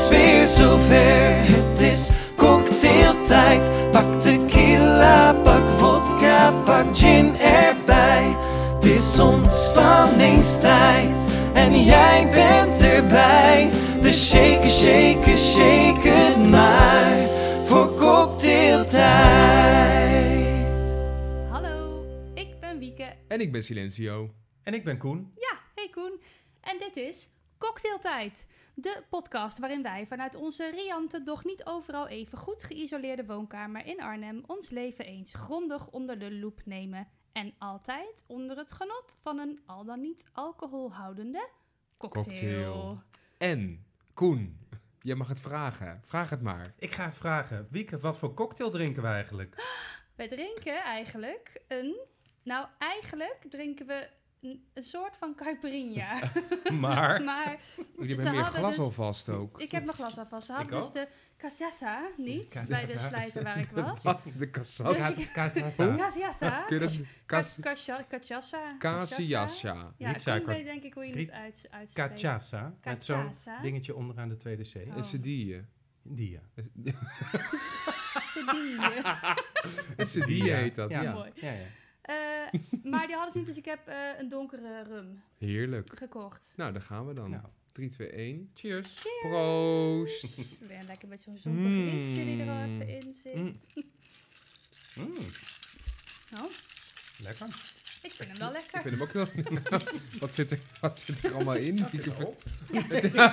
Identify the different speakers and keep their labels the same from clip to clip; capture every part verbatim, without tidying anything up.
Speaker 1: weer zover. Het is cocktailtijd. Pak tequila, pak vodka, pak gin erbij. Het is ontspanningstijd en jij bent erbij. Dus shake, shake, shake het maar voor cocktailtijd.
Speaker 2: Hallo, ik ben Wieke.
Speaker 3: En ik ben Silencio.
Speaker 4: En ik ben Koen.
Speaker 2: Ja, hey Koen. En dit is Cocktailtijd. De podcast waarin wij vanuit onze riante, doch niet overal even goed geïsoleerde woonkamer in Arnhem ons leven eens grondig onder de loep nemen. En altijd onder het genot van een al dan niet alcoholhoudende cocktail.
Speaker 3: Cocktail. En, Koen, jij mag het vragen. Vraag het maar.
Speaker 4: Ik ga het vragen. Wieke, wat voor cocktail drinken we eigenlijk?
Speaker 2: Wij drinken eigenlijk een... Nou, eigenlijk drinken we een, een soort van caipirinha.
Speaker 4: Maar...
Speaker 2: maar
Speaker 3: Jullie
Speaker 2: ze
Speaker 3: hebben meer
Speaker 2: hadden
Speaker 3: glas
Speaker 2: dus-
Speaker 3: alvast ook.
Speaker 2: Ik heb mijn glas alvast. Ze hadden
Speaker 4: Ik
Speaker 2: dus
Speaker 4: ook.
Speaker 2: de cachaça niet
Speaker 4: Cachaça.
Speaker 2: bij de slijter waar ik was.
Speaker 3: Wat? De kassas?
Speaker 2: Dus
Speaker 4: Ka-
Speaker 2: ik-
Speaker 4: ka- ka-
Speaker 2: Cachaça.
Speaker 3: Kun je dat... Kas...
Speaker 2: Cachaça. Cachaça.
Speaker 3: Kasiasja.
Speaker 2: Ja, ik
Speaker 4: Rietsuiker.
Speaker 2: weet denk ik hoe je
Speaker 4: Riet-
Speaker 2: het uit, uitspreekt.
Speaker 4: Cachaça. Met zo'n
Speaker 2: Cachaça.
Speaker 4: dingetje onderaan de tweede C.
Speaker 2: Oh.
Speaker 3: Een sedille.
Speaker 4: Die, ja.
Speaker 2: Sedille.
Speaker 3: Een sedille heet dat, ja.
Speaker 4: Ja.
Speaker 2: Mooi.
Speaker 4: Ja, ja.
Speaker 2: Eh, maar die hadden ze niet, dus ik heb eh, een donkere rum
Speaker 3: Heerlijk.
Speaker 2: gekocht.
Speaker 3: Nou, daar gaan we dan.
Speaker 4: Nou,
Speaker 3: drie, twee, één.
Speaker 4: cheers.
Speaker 3: Proost.
Speaker 2: Weer lekker met zo'n zompig rietje die er al
Speaker 3: Mm.
Speaker 2: even in zit.
Speaker 3: Mm.
Speaker 4: Mm,
Speaker 2: Oh,
Speaker 4: lekker.
Speaker 2: ik vind hem wel
Speaker 3: Ik
Speaker 2: lekker.
Speaker 3: vind hem ook wel... wat, zit er, wat zit er allemaal in?
Speaker 4: Wat is
Speaker 3: Wieke,
Speaker 4: erop?
Speaker 2: Nou,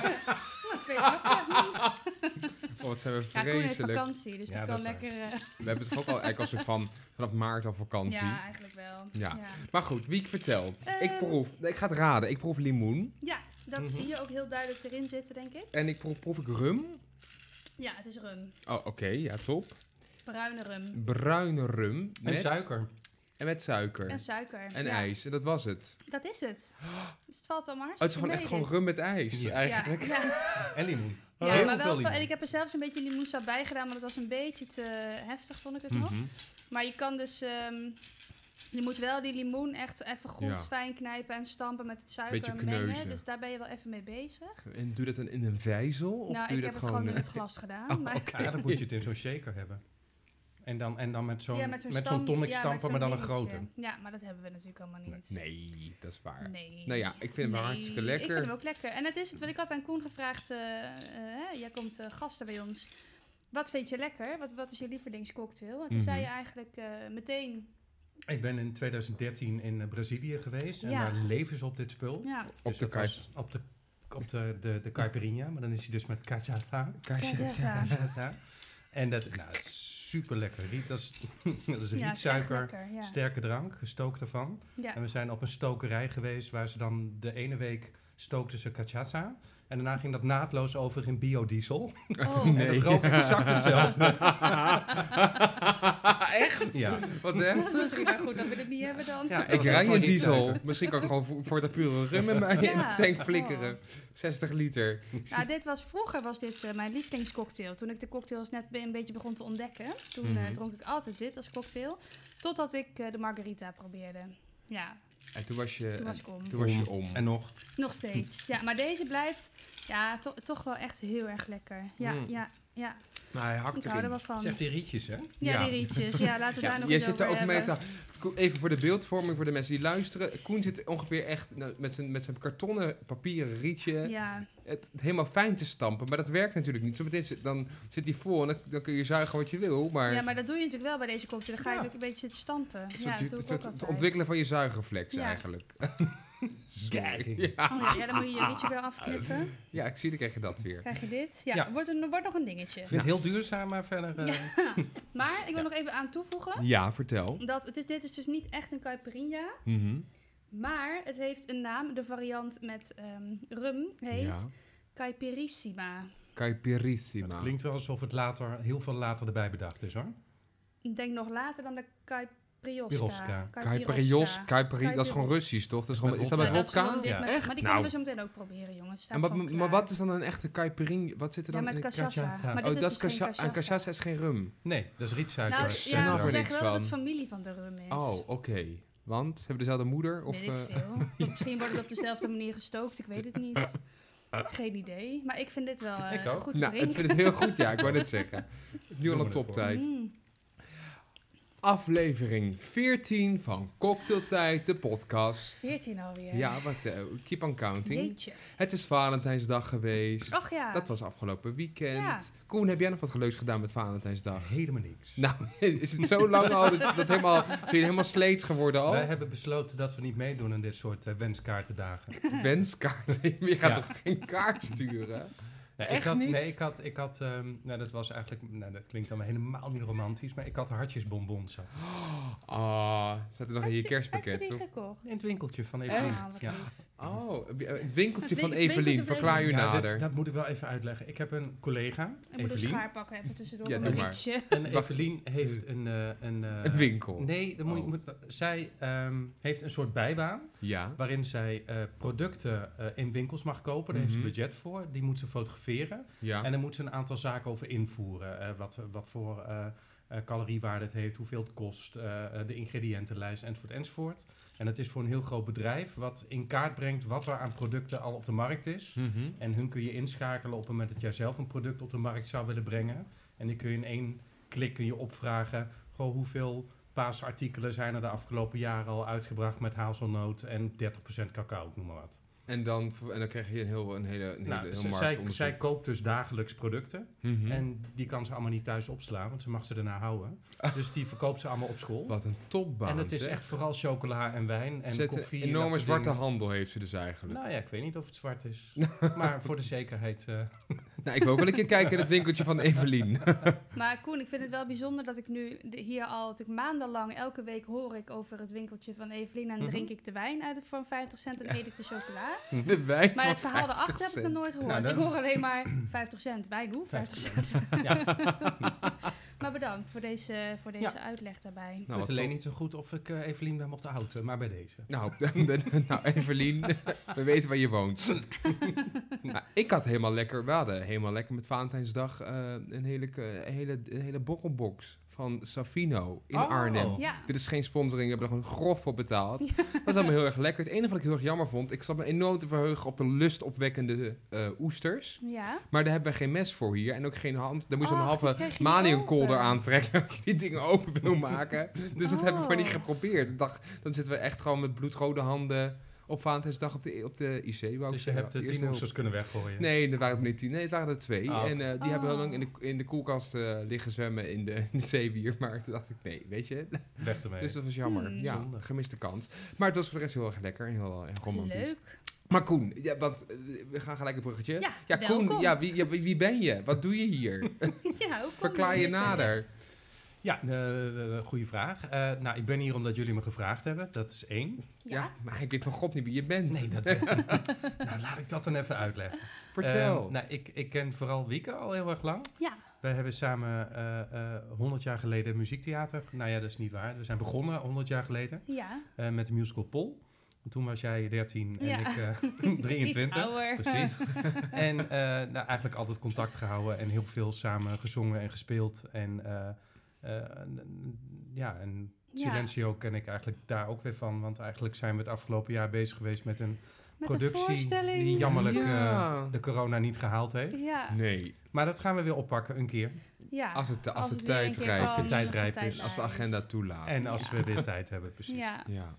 Speaker 2: twee slokken.
Speaker 3: Oh, wat zijn we
Speaker 2: Ja, Koen heeft
Speaker 3: vreselijk.
Speaker 2: vakantie, dus
Speaker 4: Ja,
Speaker 2: die
Speaker 4: dat
Speaker 2: kan
Speaker 4: is waar.
Speaker 2: lekker... eh,
Speaker 3: We hebben toch ook al eigenlijk als we van, vanaf maart al vakantie.
Speaker 2: ja, eigenlijk wel.
Speaker 3: Ja. Maar goed, Wiek, vertel. ik
Speaker 2: Ehm,
Speaker 3: proef... Ik ga het raden. Ik proef limoen.
Speaker 2: Ja, dat
Speaker 4: Mhm.
Speaker 2: zie je ook heel duidelijk erin zitten, denk ik.
Speaker 3: En ik proef, proef ik rum.
Speaker 2: Ja, het is rum.
Speaker 3: Oh, oké. ja, top.
Speaker 2: Bruine rum.
Speaker 3: Bruine rum.
Speaker 4: En
Speaker 3: Met,
Speaker 4: suiker.
Speaker 3: En met suiker.
Speaker 2: En suiker.
Speaker 3: En
Speaker 2: ja.
Speaker 3: ijs. En dat was het.
Speaker 2: Dat is het. Dus het valt al maar.
Speaker 3: Oh, het is gewoon echt gewoon rum met ijs,
Speaker 4: Ja.
Speaker 3: eigenlijk.
Speaker 2: Ja, ja.
Speaker 4: En limoen.
Speaker 2: Ja,
Speaker 4: Heel
Speaker 2: maar
Speaker 4: veel
Speaker 2: wel
Speaker 4: limoen.
Speaker 2: veel, en ik heb er zelfs een beetje limoensap bij gedaan, maar dat was een beetje te heftig, vond ik het nog.
Speaker 3: Mhm.
Speaker 2: Maar je kan dus, ehm, je moet wel die limoen echt even goed
Speaker 3: Ja.
Speaker 2: fijn knijpen en stampen met het suiker
Speaker 3: Beetje
Speaker 2: mengen.
Speaker 3: kneuzen.
Speaker 2: Dus daar ben je wel even mee bezig.
Speaker 3: En doe je dat dan in een vijzel? Of
Speaker 2: nou,
Speaker 3: doe
Speaker 2: ik
Speaker 3: je
Speaker 2: heb
Speaker 3: dat
Speaker 2: het gewoon in
Speaker 3: eh,
Speaker 2: het glas gedaan.
Speaker 3: Oh,
Speaker 2: maar,
Speaker 3: oké.
Speaker 4: Ja, dan moet je het in zo'n shaker hebben. En dan, en dan met zo'n,
Speaker 2: ja,
Speaker 4: met zo'n,
Speaker 2: stam-
Speaker 4: tonnetje
Speaker 2: ja, met
Speaker 4: stampen,
Speaker 2: zo'n
Speaker 4: maar dan een
Speaker 2: dingetje.
Speaker 4: grote.
Speaker 2: Ja, maar dat hebben we natuurlijk allemaal niet.
Speaker 3: Nee, dat is waar.
Speaker 2: Nee.
Speaker 3: Nou ja, ik vind hem wel
Speaker 2: Nee,
Speaker 3: hartstikke
Speaker 2: Ik
Speaker 3: lekker.
Speaker 2: vind hem ook lekker. En het is het, wat ik had aan Koen gevraagd. eh, eh, hè, jij komt eh, gasten bij ons. Wat vind je lekker? Wat, wat is je lievelingscocktail? En toen
Speaker 3: Mhm.
Speaker 2: zei je eigenlijk eh, meteen...
Speaker 4: Ik ben in twintig dertien in eh, Brazilië geweest. En
Speaker 2: Ja.
Speaker 4: daar leven ze op dit spul.
Speaker 2: Ja,
Speaker 3: Op
Speaker 4: Dus
Speaker 3: de
Speaker 4: het was op de, op de, de, de caipirinha. Maar dan is hij dus met cachaça.
Speaker 2: Cachaça.
Speaker 4: Cachaça. En dat nou, super lekker. Riet, dat is, dat is
Speaker 2: ja, het is echt
Speaker 4: rietsuiker,
Speaker 2: lekker, ja.
Speaker 4: sterke drank, gestookt ervan.
Speaker 2: Ja.
Speaker 4: En we zijn op een stokerij geweest waar ze dan de ene week stookten ze cachaça. En daarna ging dat naadloos over in biodiesel.
Speaker 2: Oh,
Speaker 3: Nee.
Speaker 4: En dat rook exact hetzelfde.
Speaker 3: Echt?
Speaker 4: Ja.
Speaker 3: Wat
Speaker 2: dat
Speaker 3: hè?
Speaker 2: is misschien wel goed dat we dit niet hebben dan.
Speaker 4: Ja,
Speaker 3: Ik
Speaker 4: dat was
Speaker 3: rij
Speaker 4: ook
Speaker 3: een
Speaker 4: wel
Speaker 3: diesel.
Speaker 4: rietsuiker.
Speaker 3: Misschien kan ik gewoon voor, voor dat pure rum in mijn
Speaker 2: Ja.
Speaker 3: tank flikkeren. zestig liter.
Speaker 2: Nou, dit was, vroeger was dit eh, mijn lievelingscocktail. Toen ik de cocktails net be- een beetje begon te ontdekken. Toen eh,
Speaker 3: Mhm.
Speaker 2: dronk ik altijd dit als cocktail. Totdat ik eh, de margarita probeerde. Ja,
Speaker 3: En toen was je,
Speaker 2: toen was ik om.
Speaker 3: toen was je om.
Speaker 4: En nog.
Speaker 2: Nog steeds. Ja, maar deze blijft ja, to- toch wel echt heel erg lekker. Ja,
Speaker 3: Mm.
Speaker 2: ja, ja.
Speaker 3: Maar hij hakt
Speaker 2: Ik hou er
Speaker 3: erin.
Speaker 2: wel van.
Speaker 4: Zeg die rietjes, hè?
Speaker 2: Ja,
Speaker 3: Ja.
Speaker 2: die rietjes. Ja, laten we daar
Speaker 3: Ja,
Speaker 2: nog
Speaker 3: jij
Speaker 2: eens
Speaker 3: zit er
Speaker 2: over
Speaker 3: ook mee
Speaker 2: hebben.
Speaker 3: te... Ko- Even voor de beeldvorming, voor de mensen die luisteren. Koen zit ongeveer echt nou, met zijn met zijn kartonnen papieren rietje
Speaker 2: Ja,
Speaker 3: het, het helemaal fijn te stampen. Maar dat werkt natuurlijk niet. Zometeen zit, dan zit hij vol en dan, dan kun je zuigen wat je wil. Maar
Speaker 2: ja, maar dat doe je natuurlijk wel bij deze cocktail. Dan ga je
Speaker 3: Ja.
Speaker 2: het ook een beetje zitten stampen.
Speaker 3: het,
Speaker 2: Ja, dat doe
Speaker 3: het,
Speaker 2: ik ook
Speaker 3: het, het
Speaker 2: altijd.
Speaker 3: ontwikkelen van je zuigreflex
Speaker 2: Ja.
Speaker 3: eigenlijk.
Speaker 4: Kijk.
Speaker 3: Ja.
Speaker 2: Oh ja, ja, dan moet je je rietje weer afknippen.
Speaker 3: ja, ik zie, dan krijg je dat weer.
Speaker 2: Krijg je dit. Ja,
Speaker 4: Ja.
Speaker 2: Wordt, er, wordt nog een dingetje.
Speaker 4: Ik vind het heel duurzaam, maar verder... eh,
Speaker 2: Maar ik wil nog even aan toevoegen.
Speaker 3: Ja, vertel.
Speaker 2: Dat het is, dit is dus niet echt een caipirinha.
Speaker 3: Mhm.
Speaker 2: Maar het heeft een naam. De variant met ehm, rum heet
Speaker 3: Ja.
Speaker 2: Caipirissima.
Speaker 3: Caipirissima.
Speaker 4: Het klinkt wel alsof het later, heel veel later erbij bedacht is, hoor.
Speaker 2: Ik denk nog later dan de Caipiroska.
Speaker 4: Piroska.
Speaker 3: Caipirios, Caipiri, dat is gewoon
Speaker 2: Caipiros.
Speaker 3: Russisch, toch? Dat is, gewoon,
Speaker 4: Met
Speaker 3: is dat met
Speaker 2: Ja, dat is
Speaker 3: wodka?
Speaker 2: gewoon dit
Speaker 4: Ja.
Speaker 2: met-
Speaker 3: Echt?
Speaker 2: Maar die
Speaker 3: Nou.
Speaker 2: kunnen we zo meteen ook proberen, jongens. Staat
Speaker 3: En wat,
Speaker 2: gewoon
Speaker 3: maar
Speaker 2: klaar.
Speaker 3: wat is dan een echte caipirinha? Wat zit er
Speaker 2: Ja,
Speaker 3: dan
Speaker 2: met
Speaker 3: in?
Speaker 2: cachaça.
Speaker 4: cachaça.
Speaker 2: Maar
Speaker 3: Oh,
Speaker 2: dit is
Speaker 3: dat
Speaker 2: dus
Speaker 3: is
Speaker 2: geen
Speaker 3: cachaça. En
Speaker 2: cachaça.
Speaker 3: cachaça is geen rum.
Speaker 4: Nee, dat is rietsuiker.
Speaker 2: Nou,
Speaker 3: Ik
Speaker 2: ja,
Speaker 3: snap
Speaker 2: ze
Speaker 3: er
Speaker 2: zeggen
Speaker 3: niks
Speaker 2: wel dat het
Speaker 3: van.
Speaker 2: familie van de rum is.
Speaker 3: Oh, oké. Want? Ze hebben dezelfde moeder? Of,
Speaker 2: weet ik
Speaker 3: eh,
Speaker 2: veel. Misschien wordt het op dezelfde manier gestookt, ik weet het niet. Geen idee. Maar ik vind dit wel uh,
Speaker 4: Ik ook.
Speaker 2: goed te
Speaker 3: Nou, ik
Speaker 2: drinken.
Speaker 3: vind het heel goed, ja. Ik wou net zeggen. Nu al
Speaker 4: Doen
Speaker 3: een
Speaker 4: we ervoor.
Speaker 3: toptijd.
Speaker 2: Mm.
Speaker 3: Aflevering veertien van Cocktailtijd, de podcast.
Speaker 2: veertien alweer.
Speaker 3: Ja, wat, uh, keep on counting.
Speaker 2: Jeetje.
Speaker 3: Het is Valentijnsdag geweest.
Speaker 2: Ach ja.
Speaker 3: Dat was afgelopen weekend.
Speaker 2: Ja.
Speaker 3: Koen, heb jij nog wat leuks gedaan met Valentijnsdag?
Speaker 4: Helemaal niks.
Speaker 3: Nou, is het zo lang al dat, dat helemaal, zijn jullie helemaal sleets geworden al?
Speaker 4: Wij hebben besloten dat we niet meedoen aan dit soort uh, wenskaartendagen.
Speaker 3: Wenskaarten. Je gaat
Speaker 4: Ja.
Speaker 3: toch geen kaart sturen?
Speaker 4: Nee,
Speaker 3: Echt
Speaker 4: ik had,
Speaker 3: niet?
Speaker 4: Nee, ik had, ik had um, nou, dat was eigenlijk, nou, dat klinkt dan helemaal niet romantisch, maar ik had hartjesbonbons zat.
Speaker 3: Ah, zat er nog in je
Speaker 2: Had je
Speaker 3: kerstpakket?
Speaker 2: die
Speaker 3: of?
Speaker 2: gekocht?
Speaker 4: In het winkeltje van Evelien.
Speaker 2: Ah, wat
Speaker 4: Ja.
Speaker 2: lief.
Speaker 3: Oh, het winkeltje
Speaker 2: Het
Speaker 3: van
Speaker 2: win- winkeltje
Speaker 3: Evelien.
Speaker 2: van
Speaker 3: Verklaar u
Speaker 2: Evelien.
Speaker 4: Ja, dit-
Speaker 3: nader.
Speaker 4: dat moet ik wel even uitleggen. Ik heb een collega,
Speaker 2: Ik moet een
Speaker 4: Evelien.
Speaker 2: schaar pakken even tussendoor
Speaker 3: Ja,
Speaker 2: van
Speaker 3: doe
Speaker 2: mijn
Speaker 3: maar.
Speaker 2: rietje.
Speaker 4: En
Speaker 3: Wacht.
Speaker 4: Evelien heeft een... uh, een, uh,
Speaker 3: Een winkel.
Speaker 4: Nee, dan moet, je-
Speaker 3: Oh.
Speaker 4: moet, zij um, heeft een soort bijbaan
Speaker 3: Ja.
Speaker 4: waarin zij uh, producten uh, in winkels mag kopen. Daar heeft
Speaker 3: Mhm.
Speaker 4: ze budget voor. Die moet ze fotograferen.
Speaker 3: Ja.
Speaker 4: En dan moet ze een aantal zaken over invoeren. Uh, wat, wat voor uh, uh, caloriewaarde het heeft, hoeveel het kost, uh, uh, de ingrediëntenlijst enzovoort enzovoort. En het is voor een heel groot bedrijf wat in kaart brengt wat er aan producten al op de markt is.
Speaker 3: Mhm.
Speaker 4: En hun kun je inschakelen op het moment dat jij zelf een product op de markt zou willen brengen. En die kun je in één klik kun je opvragen, goh, hoeveel paasartikelen zijn er de afgelopen jaren al uitgebracht met hazelnoot en dertig procent cacao, noem maar wat.
Speaker 3: En dan, en dan krijg je een, heel, een hele, een hele,
Speaker 4: Nou,
Speaker 3: heel
Speaker 4: z- zij,
Speaker 3: marktonderzoek.
Speaker 4: zij koopt dus dagelijks producten.
Speaker 3: Mhm.
Speaker 4: En die kan ze allemaal niet thuis opslaan, want ze mag ze daarna houden. Dus die verkoopt ze allemaal op school.
Speaker 3: Wat een topbaan,
Speaker 4: En het is
Speaker 3: zeg.
Speaker 4: echt vooral chocola en wijn en
Speaker 3: Zet
Speaker 4: koffie.
Speaker 3: een
Speaker 4: en
Speaker 3: enorme
Speaker 4: dat soort
Speaker 3: zwarte
Speaker 4: dingen.
Speaker 3: handel heeft ze dus eigenlijk.
Speaker 4: Nou ja, ik weet niet of het zwart is. Maar voor de zekerheid... uh,
Speaker 3: Nou, ik wil ook wel een keer kijken in het winkeltje van Evelien.
Speaker 2: Maar Koen, ik vind het wel bijzonder dat ik nu de- hier al natuurlijk maandenlang elke week hoor ik over het winkeltje van Evelien en
Speaker 4: Mhm.
Speaker 2: drink ik de wijn uit het voor vijftig cent en eet ik de chocola.
Speaker 3: De wijn
Speaker 2: Maar
Speaker 3: van
Speaker 2: het verhaal
Speaker 3: vijftig
Speaker 2: erachter heb ik nog
Speaker 3: cent.
Speaker 2: nooit gehoord.
Speaker 4: Nou, dan-
Speaker 2: Ik hoor alleen maar vijftig cent. Wijn hoe? vijftig cent.
Speaker 4: ja.
Speaker 2: Maar bedankt voor deze, voor deze
Speaker 4: Ja.
Speaker 2: uitleg daarbij.
Speaker 4: Ik
Speaker 3: Nou,
Speaker 4: weet
Speaker 3: wat
Speaker 4: alleen
Speaker 3: top.
Speaker 4: niet zo goed of ik uh, Evelien ben mocht houden, maar bij deze.
Speaker 3: Nou, nou, Evelien, we weten waar je woont. Nou, ik had helemaal lekker, we hadden helemaal lekker met Valentijnsdag uh, een, hele, een, hele, een hele borrelbox van Safino in
Speaker 4: Oh.
Speaker 3: Arnhem.
Speaker 2: Ja.
Speaker 3: Dit is geen sponsoring, we hebben er gewoon grof voor betaald. Dat was allemaal heel erg lekker. Het enige wat ik heel erg jammer vond, ik zat me enorm te verheugen op de lustopwekkende uh, oesters.
Speaker 2: Ja.
Speaker 3: Maar daar hebben we geen mes voor hier en ook geen hand. Daar moest je
Speaker 2: Och,
Speaker 3: een
Speaker 2: die
Speaker 3: halve
Speaker 2: kreeg je niet
Speaker 3: maliumkolder
Speaker 2: open.
Speaker 3: aantrekken als je die dingen open wil maken. Dus dat hebben we maar niet
Speaker 2: Oh.
Speaker 3: geprobeerd. Ik dacht, dan zitten we echt gewoon met bloedrode handen op Valentijnsdag op de, op de I C. Wou ik
Speaker 4: Dus je
Speaker 3: zeggen.
Speaker 4: hebt de
Speaker 3: Eerst
Speaker 4: tien
Speaker 3: heel-
Speaker 4: oesters kunnen weggooien.
Speaker 3: Nee, er waren het niet tien. Nee, het waren er twee.
Speaker 4: Ah, oké.
Speaker 3: En uh, die
Speaker 2: Oh.
Speaker 3: hebben heel lang in de, in de koelkast uh, liggen zwemmen in de, in de zeewier. Maar toen dacht ik, nee, weet je.
Speaker 4: Weg ermee.
Speaker 3: Dus dat was jammer.
Speaker 2: Hmm.
Speaker 3: Ja,
Speaker 4: Zonde.
Speaker 3: gemiste kans. Maar het was voor de rest heel erg lekker en heel, heel romantisch.
Speaker 2: Leuk.
Speaker 3: Maar Koen, ja, want, uh, we gaan gelijk een bruggetje.
Speaker 2: Ja,
Speaker 3: Koen,
Speaker 2: welkom.
Speaker 3: ja, wie, ja, wie, wie ben je? Wat doe je hier?
Speaker 2: Ja, hoe kom
Speaker 3: Verklaar je
Speaker 2: hier
Speaker 3: nader.
Speaker 2: terecht?
Speaker 4: Ja, uh, goede vraag. Uh, nou, ik ben hier omdat jullie me gevraagd hebben. Dat is één.
Speaker 3: Ja.
Speaker 2: Ja.
Speaker 3: maar ik weet van god niet wie je bent.
Speaker 4: Nee, dat weet ik niet. Nou, laat ik dat dan even uitleggen.
Speaker 3: Vertel.
Speaker 4: Uh, nou, ik, ik ken vooral Wieke al heel erg lang.
Speaker 2: Ja.
Speaker 4: Wij hebben samen uh, uh, honderd jaar geleden muziektheater... Nou ja, dat is niet waar. We zijn begonnen honderd jaar geleden
Speaker 2: Ja.
Speaker 4: uh, met de musical Pol. En toen was jij dertien en
Speaker 2: Ja.
Speaker 4: ik uh, drieëntwintig.
Speaker 2: Iets ouder.
Speaker 4: Precies. En uh, nou, eigenlijk altijd contact gehouden en heel veel samen gezongen en gespeeld. En uh, uh, n- ja, en
Speaker 2: Ja.
Speaker 4: Silencio ken ik eigenlijk daar ook weer van. Want eigenlijk zijn we het afgelopen jaar bezig geweest met een
Speaker 2: Met een
Speaker 4: productie
Speaker 2: voorstelling.
Speaker 4: die jammerlijk
Speaker 3: Ja.
Speaker 4: uh, de corona niet gehaald heeft.
Speaker 2: Ja.
Speaker 3: Nee,
Speaker 4: Maar dat gaan we weer oppakken een keer.
Speaker 2: Ja.
Speaker 3: als, het, als,
Speaker 2: het
Speaker 3: de
Speaker 2: weer een
Speaker 3: tijd
Speaker 2: keer
Speaker 3: rijpt.
Speaker 4: Als de
Speaker 2: kan,
Speaker 4: tijd
Speaker 2: als
Speaker 4: rijp
Speaker 2: tijd
Speaker 4: is.
Speaker 3: Als de
Speaker 2: rijpt.
Speaker 3: agenda toelaat.
Speaker 4: En als
Speaker 2: Ja.
Speaker 4: we weer tijd hebben, precies.
Speaker 2: Ja.
Speaker 3: Ja.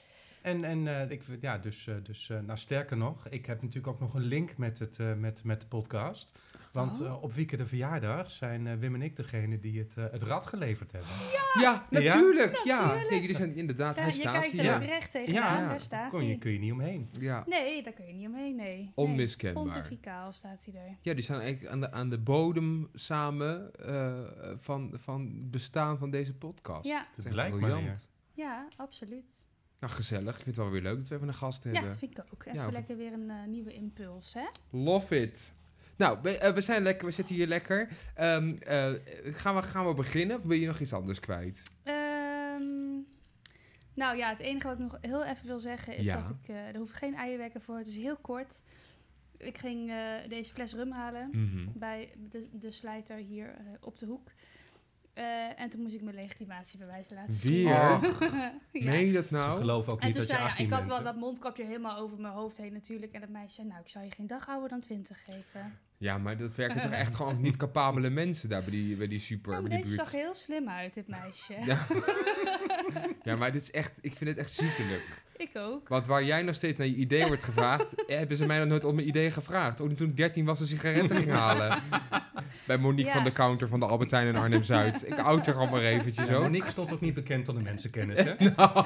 Speaker 4: En, en uh, ik, ja, dus, uh, dus uh, nou sterker nog, ik heb natuurlijk ook nog een link met, het, uh, met, met de podcast. Want
Speaker 2: Oh.
Speaker 4: uh, op Wieke de verjaardag zijn uh, Wim en ik degene die het, uh, het rad geleverd hebben.
Speaker 3: Ja, natuurlijk. Ja,
Speaker 2: Natuurlijk.
Speaker 3: Ja, jullie zijn inderdaad,
Speaker 2: Ja,
Speaker 3: hij
Speaker 2: je
Speaker 3: staat
Speaker 2: kijkt er
Speaker 3: hier.
Speaker 2: ook recht tegenaan,
Speaker 4: Ja.
Speaker 2: daar staat
Speaker 4: Kon je,
Speaker 2: hij.
Speaker 4: kun je niet omheen.
Speaker 3: Ja.
Speaker 2: Nee, daar kun je niet omheen, nee.
Speaker 3: Onmiskenbaar.
Speaker 2: Nee, pontificaal staat hij er.
Speaker 3: Ja, die staan eigenlijk aan de, aan de bodem samen uh, van, van het bestaan van deze podcast.
Speaker 2: Ja,
Speaker 3: Dat is echt
Speaker 4: Blijkt maar
Speaker 3: briljant.
Speaker 2: ja, absoluut.
Speaker 3: Nou, gezellig. Ik vind het wel weer leuk dat we even een gast hebben.
Speaker 2: Ja, vind ik ook. Even
Speaker 3: Ja,
Speaker 2: lekker weer een uh, nieuwe impuls, hè?
Speaker 3: Love it. Nou, we, uh, we zijn lekker, we zitten hier lekker. Um, uh, gaan, we, gaan we beginnen of wil je nog iets anders kwijt?
Speaker 2: Um, nou ja, het enige wat ik nog heel even wil zeggen is
Speaker 3: Ja.
Speaker 2: dat ik... Uh, er hoeft geen eierwekker voor, het is heel kort. Ik ging uh, deze fles rum halen
Speaker 3: Mm-hmm.
Speaker 2: bij de, de slijter hier uh, op de hoek. Uh, en toen moest ik mijn legitimatiebewijs laten zien.
Speaker 3: Weer?
Speaker 2: ja.
Speaker 3: Meen je dat
Speaker 4: Ze
Speaker 3: nou?
Speaker 4: geloven ook
Speaker 2: En
Speaker 4: niet
Speaker 2: toen
Speaker 4: dat je
Speaker 2: zei ja,
Speaker 4: achttien
Speaker 2: ik had
Speaker 4: bent.
Speaker 2: wel
Speaker 4: hè?
Speaker 2: dat mondkapje helemaal over mijn hoofd heen natuurlijk. En dat meisje zei, nou, ik zal je geen dag ouder dan twintig geven.
Speaker 3: Ja, maar dat werken toch echt gewoon niet capabele mensen daar bij die, bij die super,
Speaker 2: Ja, maar
Speaker 3: bij die
Speaker 2: deze
Speaker 3: buurt.
Speaker 2: zag heel slim uit, dit meisje.
Speaker 3: Ja. Ja, maar dit is echt, ik vind het echt ziekelijk.
Speaker 2: Ik ook.
Speaker 3: Want waar jij nog steeds naar je idee wordt gevraagd, hebben ze mij nog nooit om mijn idee gevraagd. Ook toen ik dertien was en sigaretten ging halen. Bij Monique
Speaker 2: Ja.
Speaker 3: van de counter van de Albert Heijn in Arnhem-Zuid. Ik oud er al maar eventjes
Speaker 4: Ja,
Speaker 3: ook.
Speaker 4: Monique stond ook niet bekend onder mensenkennis, hè?
Speaker 3: Nou.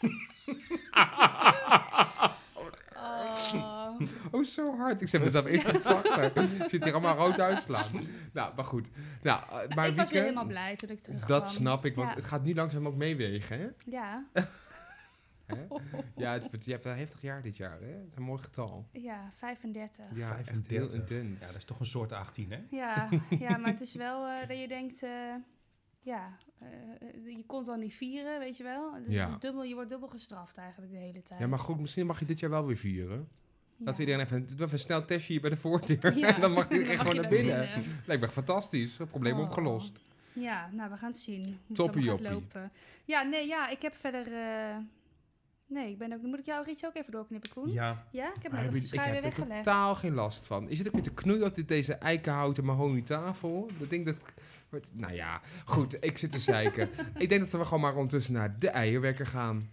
Speaker 2: Oh.
Speaker 3: Oh, zo hard. Ik zet mezelf even wat zachter. Ik zit hier allemaal rood uitslaan. Nou, maar goed. Nou, uh, maar
Speaker 2: ik was
Speaker 3: Wieke,
Speaker 2: weer helemaal blij toen ik terugkwam.
Speaker 3: dat snap ik, want
Speaker 2: Ja.
Speaker 3: het gaat nu langzaam ook meewegen, hè?
Speaker 2: Ja.
Speaker 3: Hè? Ja, het, je hebt een heftig jaar dit jaar, hè? Dat is een mooi getal.
Speaker 2: Ja, vijfendertig.
Speaker 3: Ja, echt heel
Speaker 4: vijfendertig.
Speaker 3: intens.
Speaker 4: Ja, dat is toch een soort achttien, hè?
Speaker 2: Ja, ja, maar het is wel uh, dat je denkt, uh, ja, uh, je kon het dan niet vieren, weet je wel. Het is
Speaker 3: Ja.
Speaker 2: dubbel, je wordt dubbel gestraft eigenlijk de hele tijd.
Speaker 3: Ja, maar goed, misschien mag je dit jaar wel weer vieren.
Speaker 2: Ja.
Speaker 3: Laten we iedereen even, doe even een snel testje hier bij de voordeur.
Speaker 2: Ja.
Speaker 3: En dan mag iedereen
Speaker 2: Dan
Speaker 3: gewoon
Speaker 2: mag
Speaker 3: naar
Speaker 2: je
Speaker 3: binnen.
Speaker 2: naar binnen.
Speaker 3: Lijkt me fantastisch. Probleem
Speaker 2: Oh.
Speaker 3: opgelost.
Speaker 2: Ja, nou, we gaan het zien hoe het
Speaker 3: Toppie
Speaker 2: allemaal gaat
Speaker 3: joppie.
Speaker 2: lopen. Ja, nee, ja, ik heb verder... Uh, nee, ik ben ook... Moet ik jouw rietje ook even doorknippen, Koen?
Speaker 4: Ja.
Speaker 2: Ja? Ik heb
Speaker 3: Maar
Speaker 2: net
Speaker 3: heb
Speaker 2: de
Speaker 3: je-
Speaker 2: schaar weer
Speaker 3: ik heb er
Speaker 2: weggelegd.
Speaker 3: totaal geen last van. Is het ook weer te knoeien op dit, deze eikenhouten mahonietafel? Dat ding dat... wordt- Nou ja, goed, ik zit te zeiken. Ik denk dat we gewoon maar ondertussen naar de eierwekker gaan.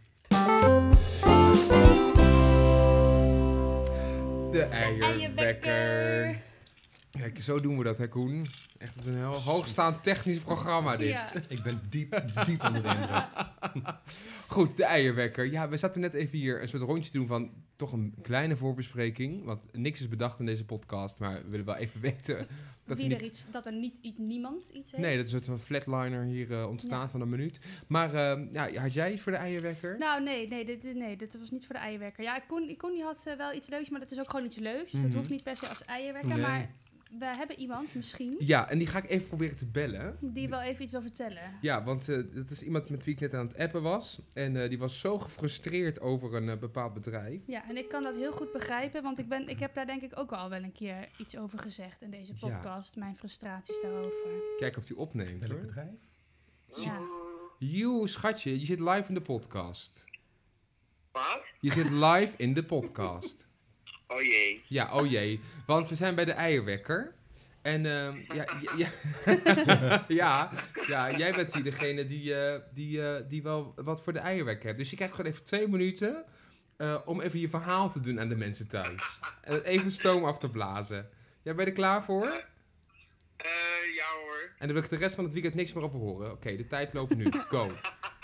Speaker 3: De eierwekker. Kijk, zo doen we dat, hè Koen? Echt, het is een heel hoogstaand technisch programma dit.
Speaker 2: Ja.
Speaker 4: Ik ben diep, diep onder de indruk.
Speaker 3: Goed, de eierwekker. Ja, we zaten net even hier een soort rondje te doen van toch een kleine voorbespreking. Want niks is bedacht in deze podcast, maar we willen wel even weten dat
Speaker 2: Wie
Speaker 3: we
Speaker 2: er
Speaker 3: niet...
Speaker 2: iets, dat er niet, i- niemand iets heeft.
Speaker 3: Nee, dat is een soort van flatliner hier uh, ontstaat
Speaker 2: Ja.
Speaker 3: van een minuut. Maar uh, ja, had jij iets voor de eierwekker?
Speaker 2: Nou, nee, nee, dit, dit- nee, dit was niet voor de eierwekker. Ja, Koen, Koen die had uh, wel iets leuks, maar dat is ook gewoon iets leuks. Dus
Speaker 3: Mhm.
Speaker 2: dat hoeft niet per se als eierwekker.
Speaker 4: Nee.
Speaker 2: Maar we hebben iemand, misschien,
Speaker 3: Ja, en die ga ik even proberen te bellen.
Speaker 2: die wel even iets wil vertellen.
Speaker 3: Ja, want uh, dat is iemand met wie ik net aan het appen was. En uh, die was zo gefrustreerd over een uh, bepaald bedrijf.
Speaker 2: Ja, en ik kan dat heel goed begrijpen, want ik, ben, ik heb daar denk ik ook al wel een keer iets over gezegd in deze
Speaker 3: Ja.
Speaker 2: podcast. Mijn frustraties daarover.
Speaker 3: Kijk of die opneemt,
Speaker 4: Welk
Speaker 3: hoor.
Speaker 4: bedrijf?
Speaker 2: Ja.
Speaker 3: Joe, schatje, je zit live in de podcast.
Speaker 5: Wat?
Speaker 3: Je zit live in de podcast.
Speaker 5: Oh jee.
Speaker 3: Ja, oh jee. Want we zijn bij de eierwekker. En uh, ja, ja, ja, ja, ja, jij bent hier degene die, uh, die, uh, die wel wat voor de eierwekker hebt. Dus je krijgt gewoon even twee minuten uh, om even je verhaal te doen aan de mensen thuis. En even stoom af te blazen. Ja, ben je er klaar voor?
Speaker 5: Eh, ja hoor.
Speaker 3: En dan wil ik de rest van het weekend niks meer over horen. Oké, okay, de tijd loopt nu. Go.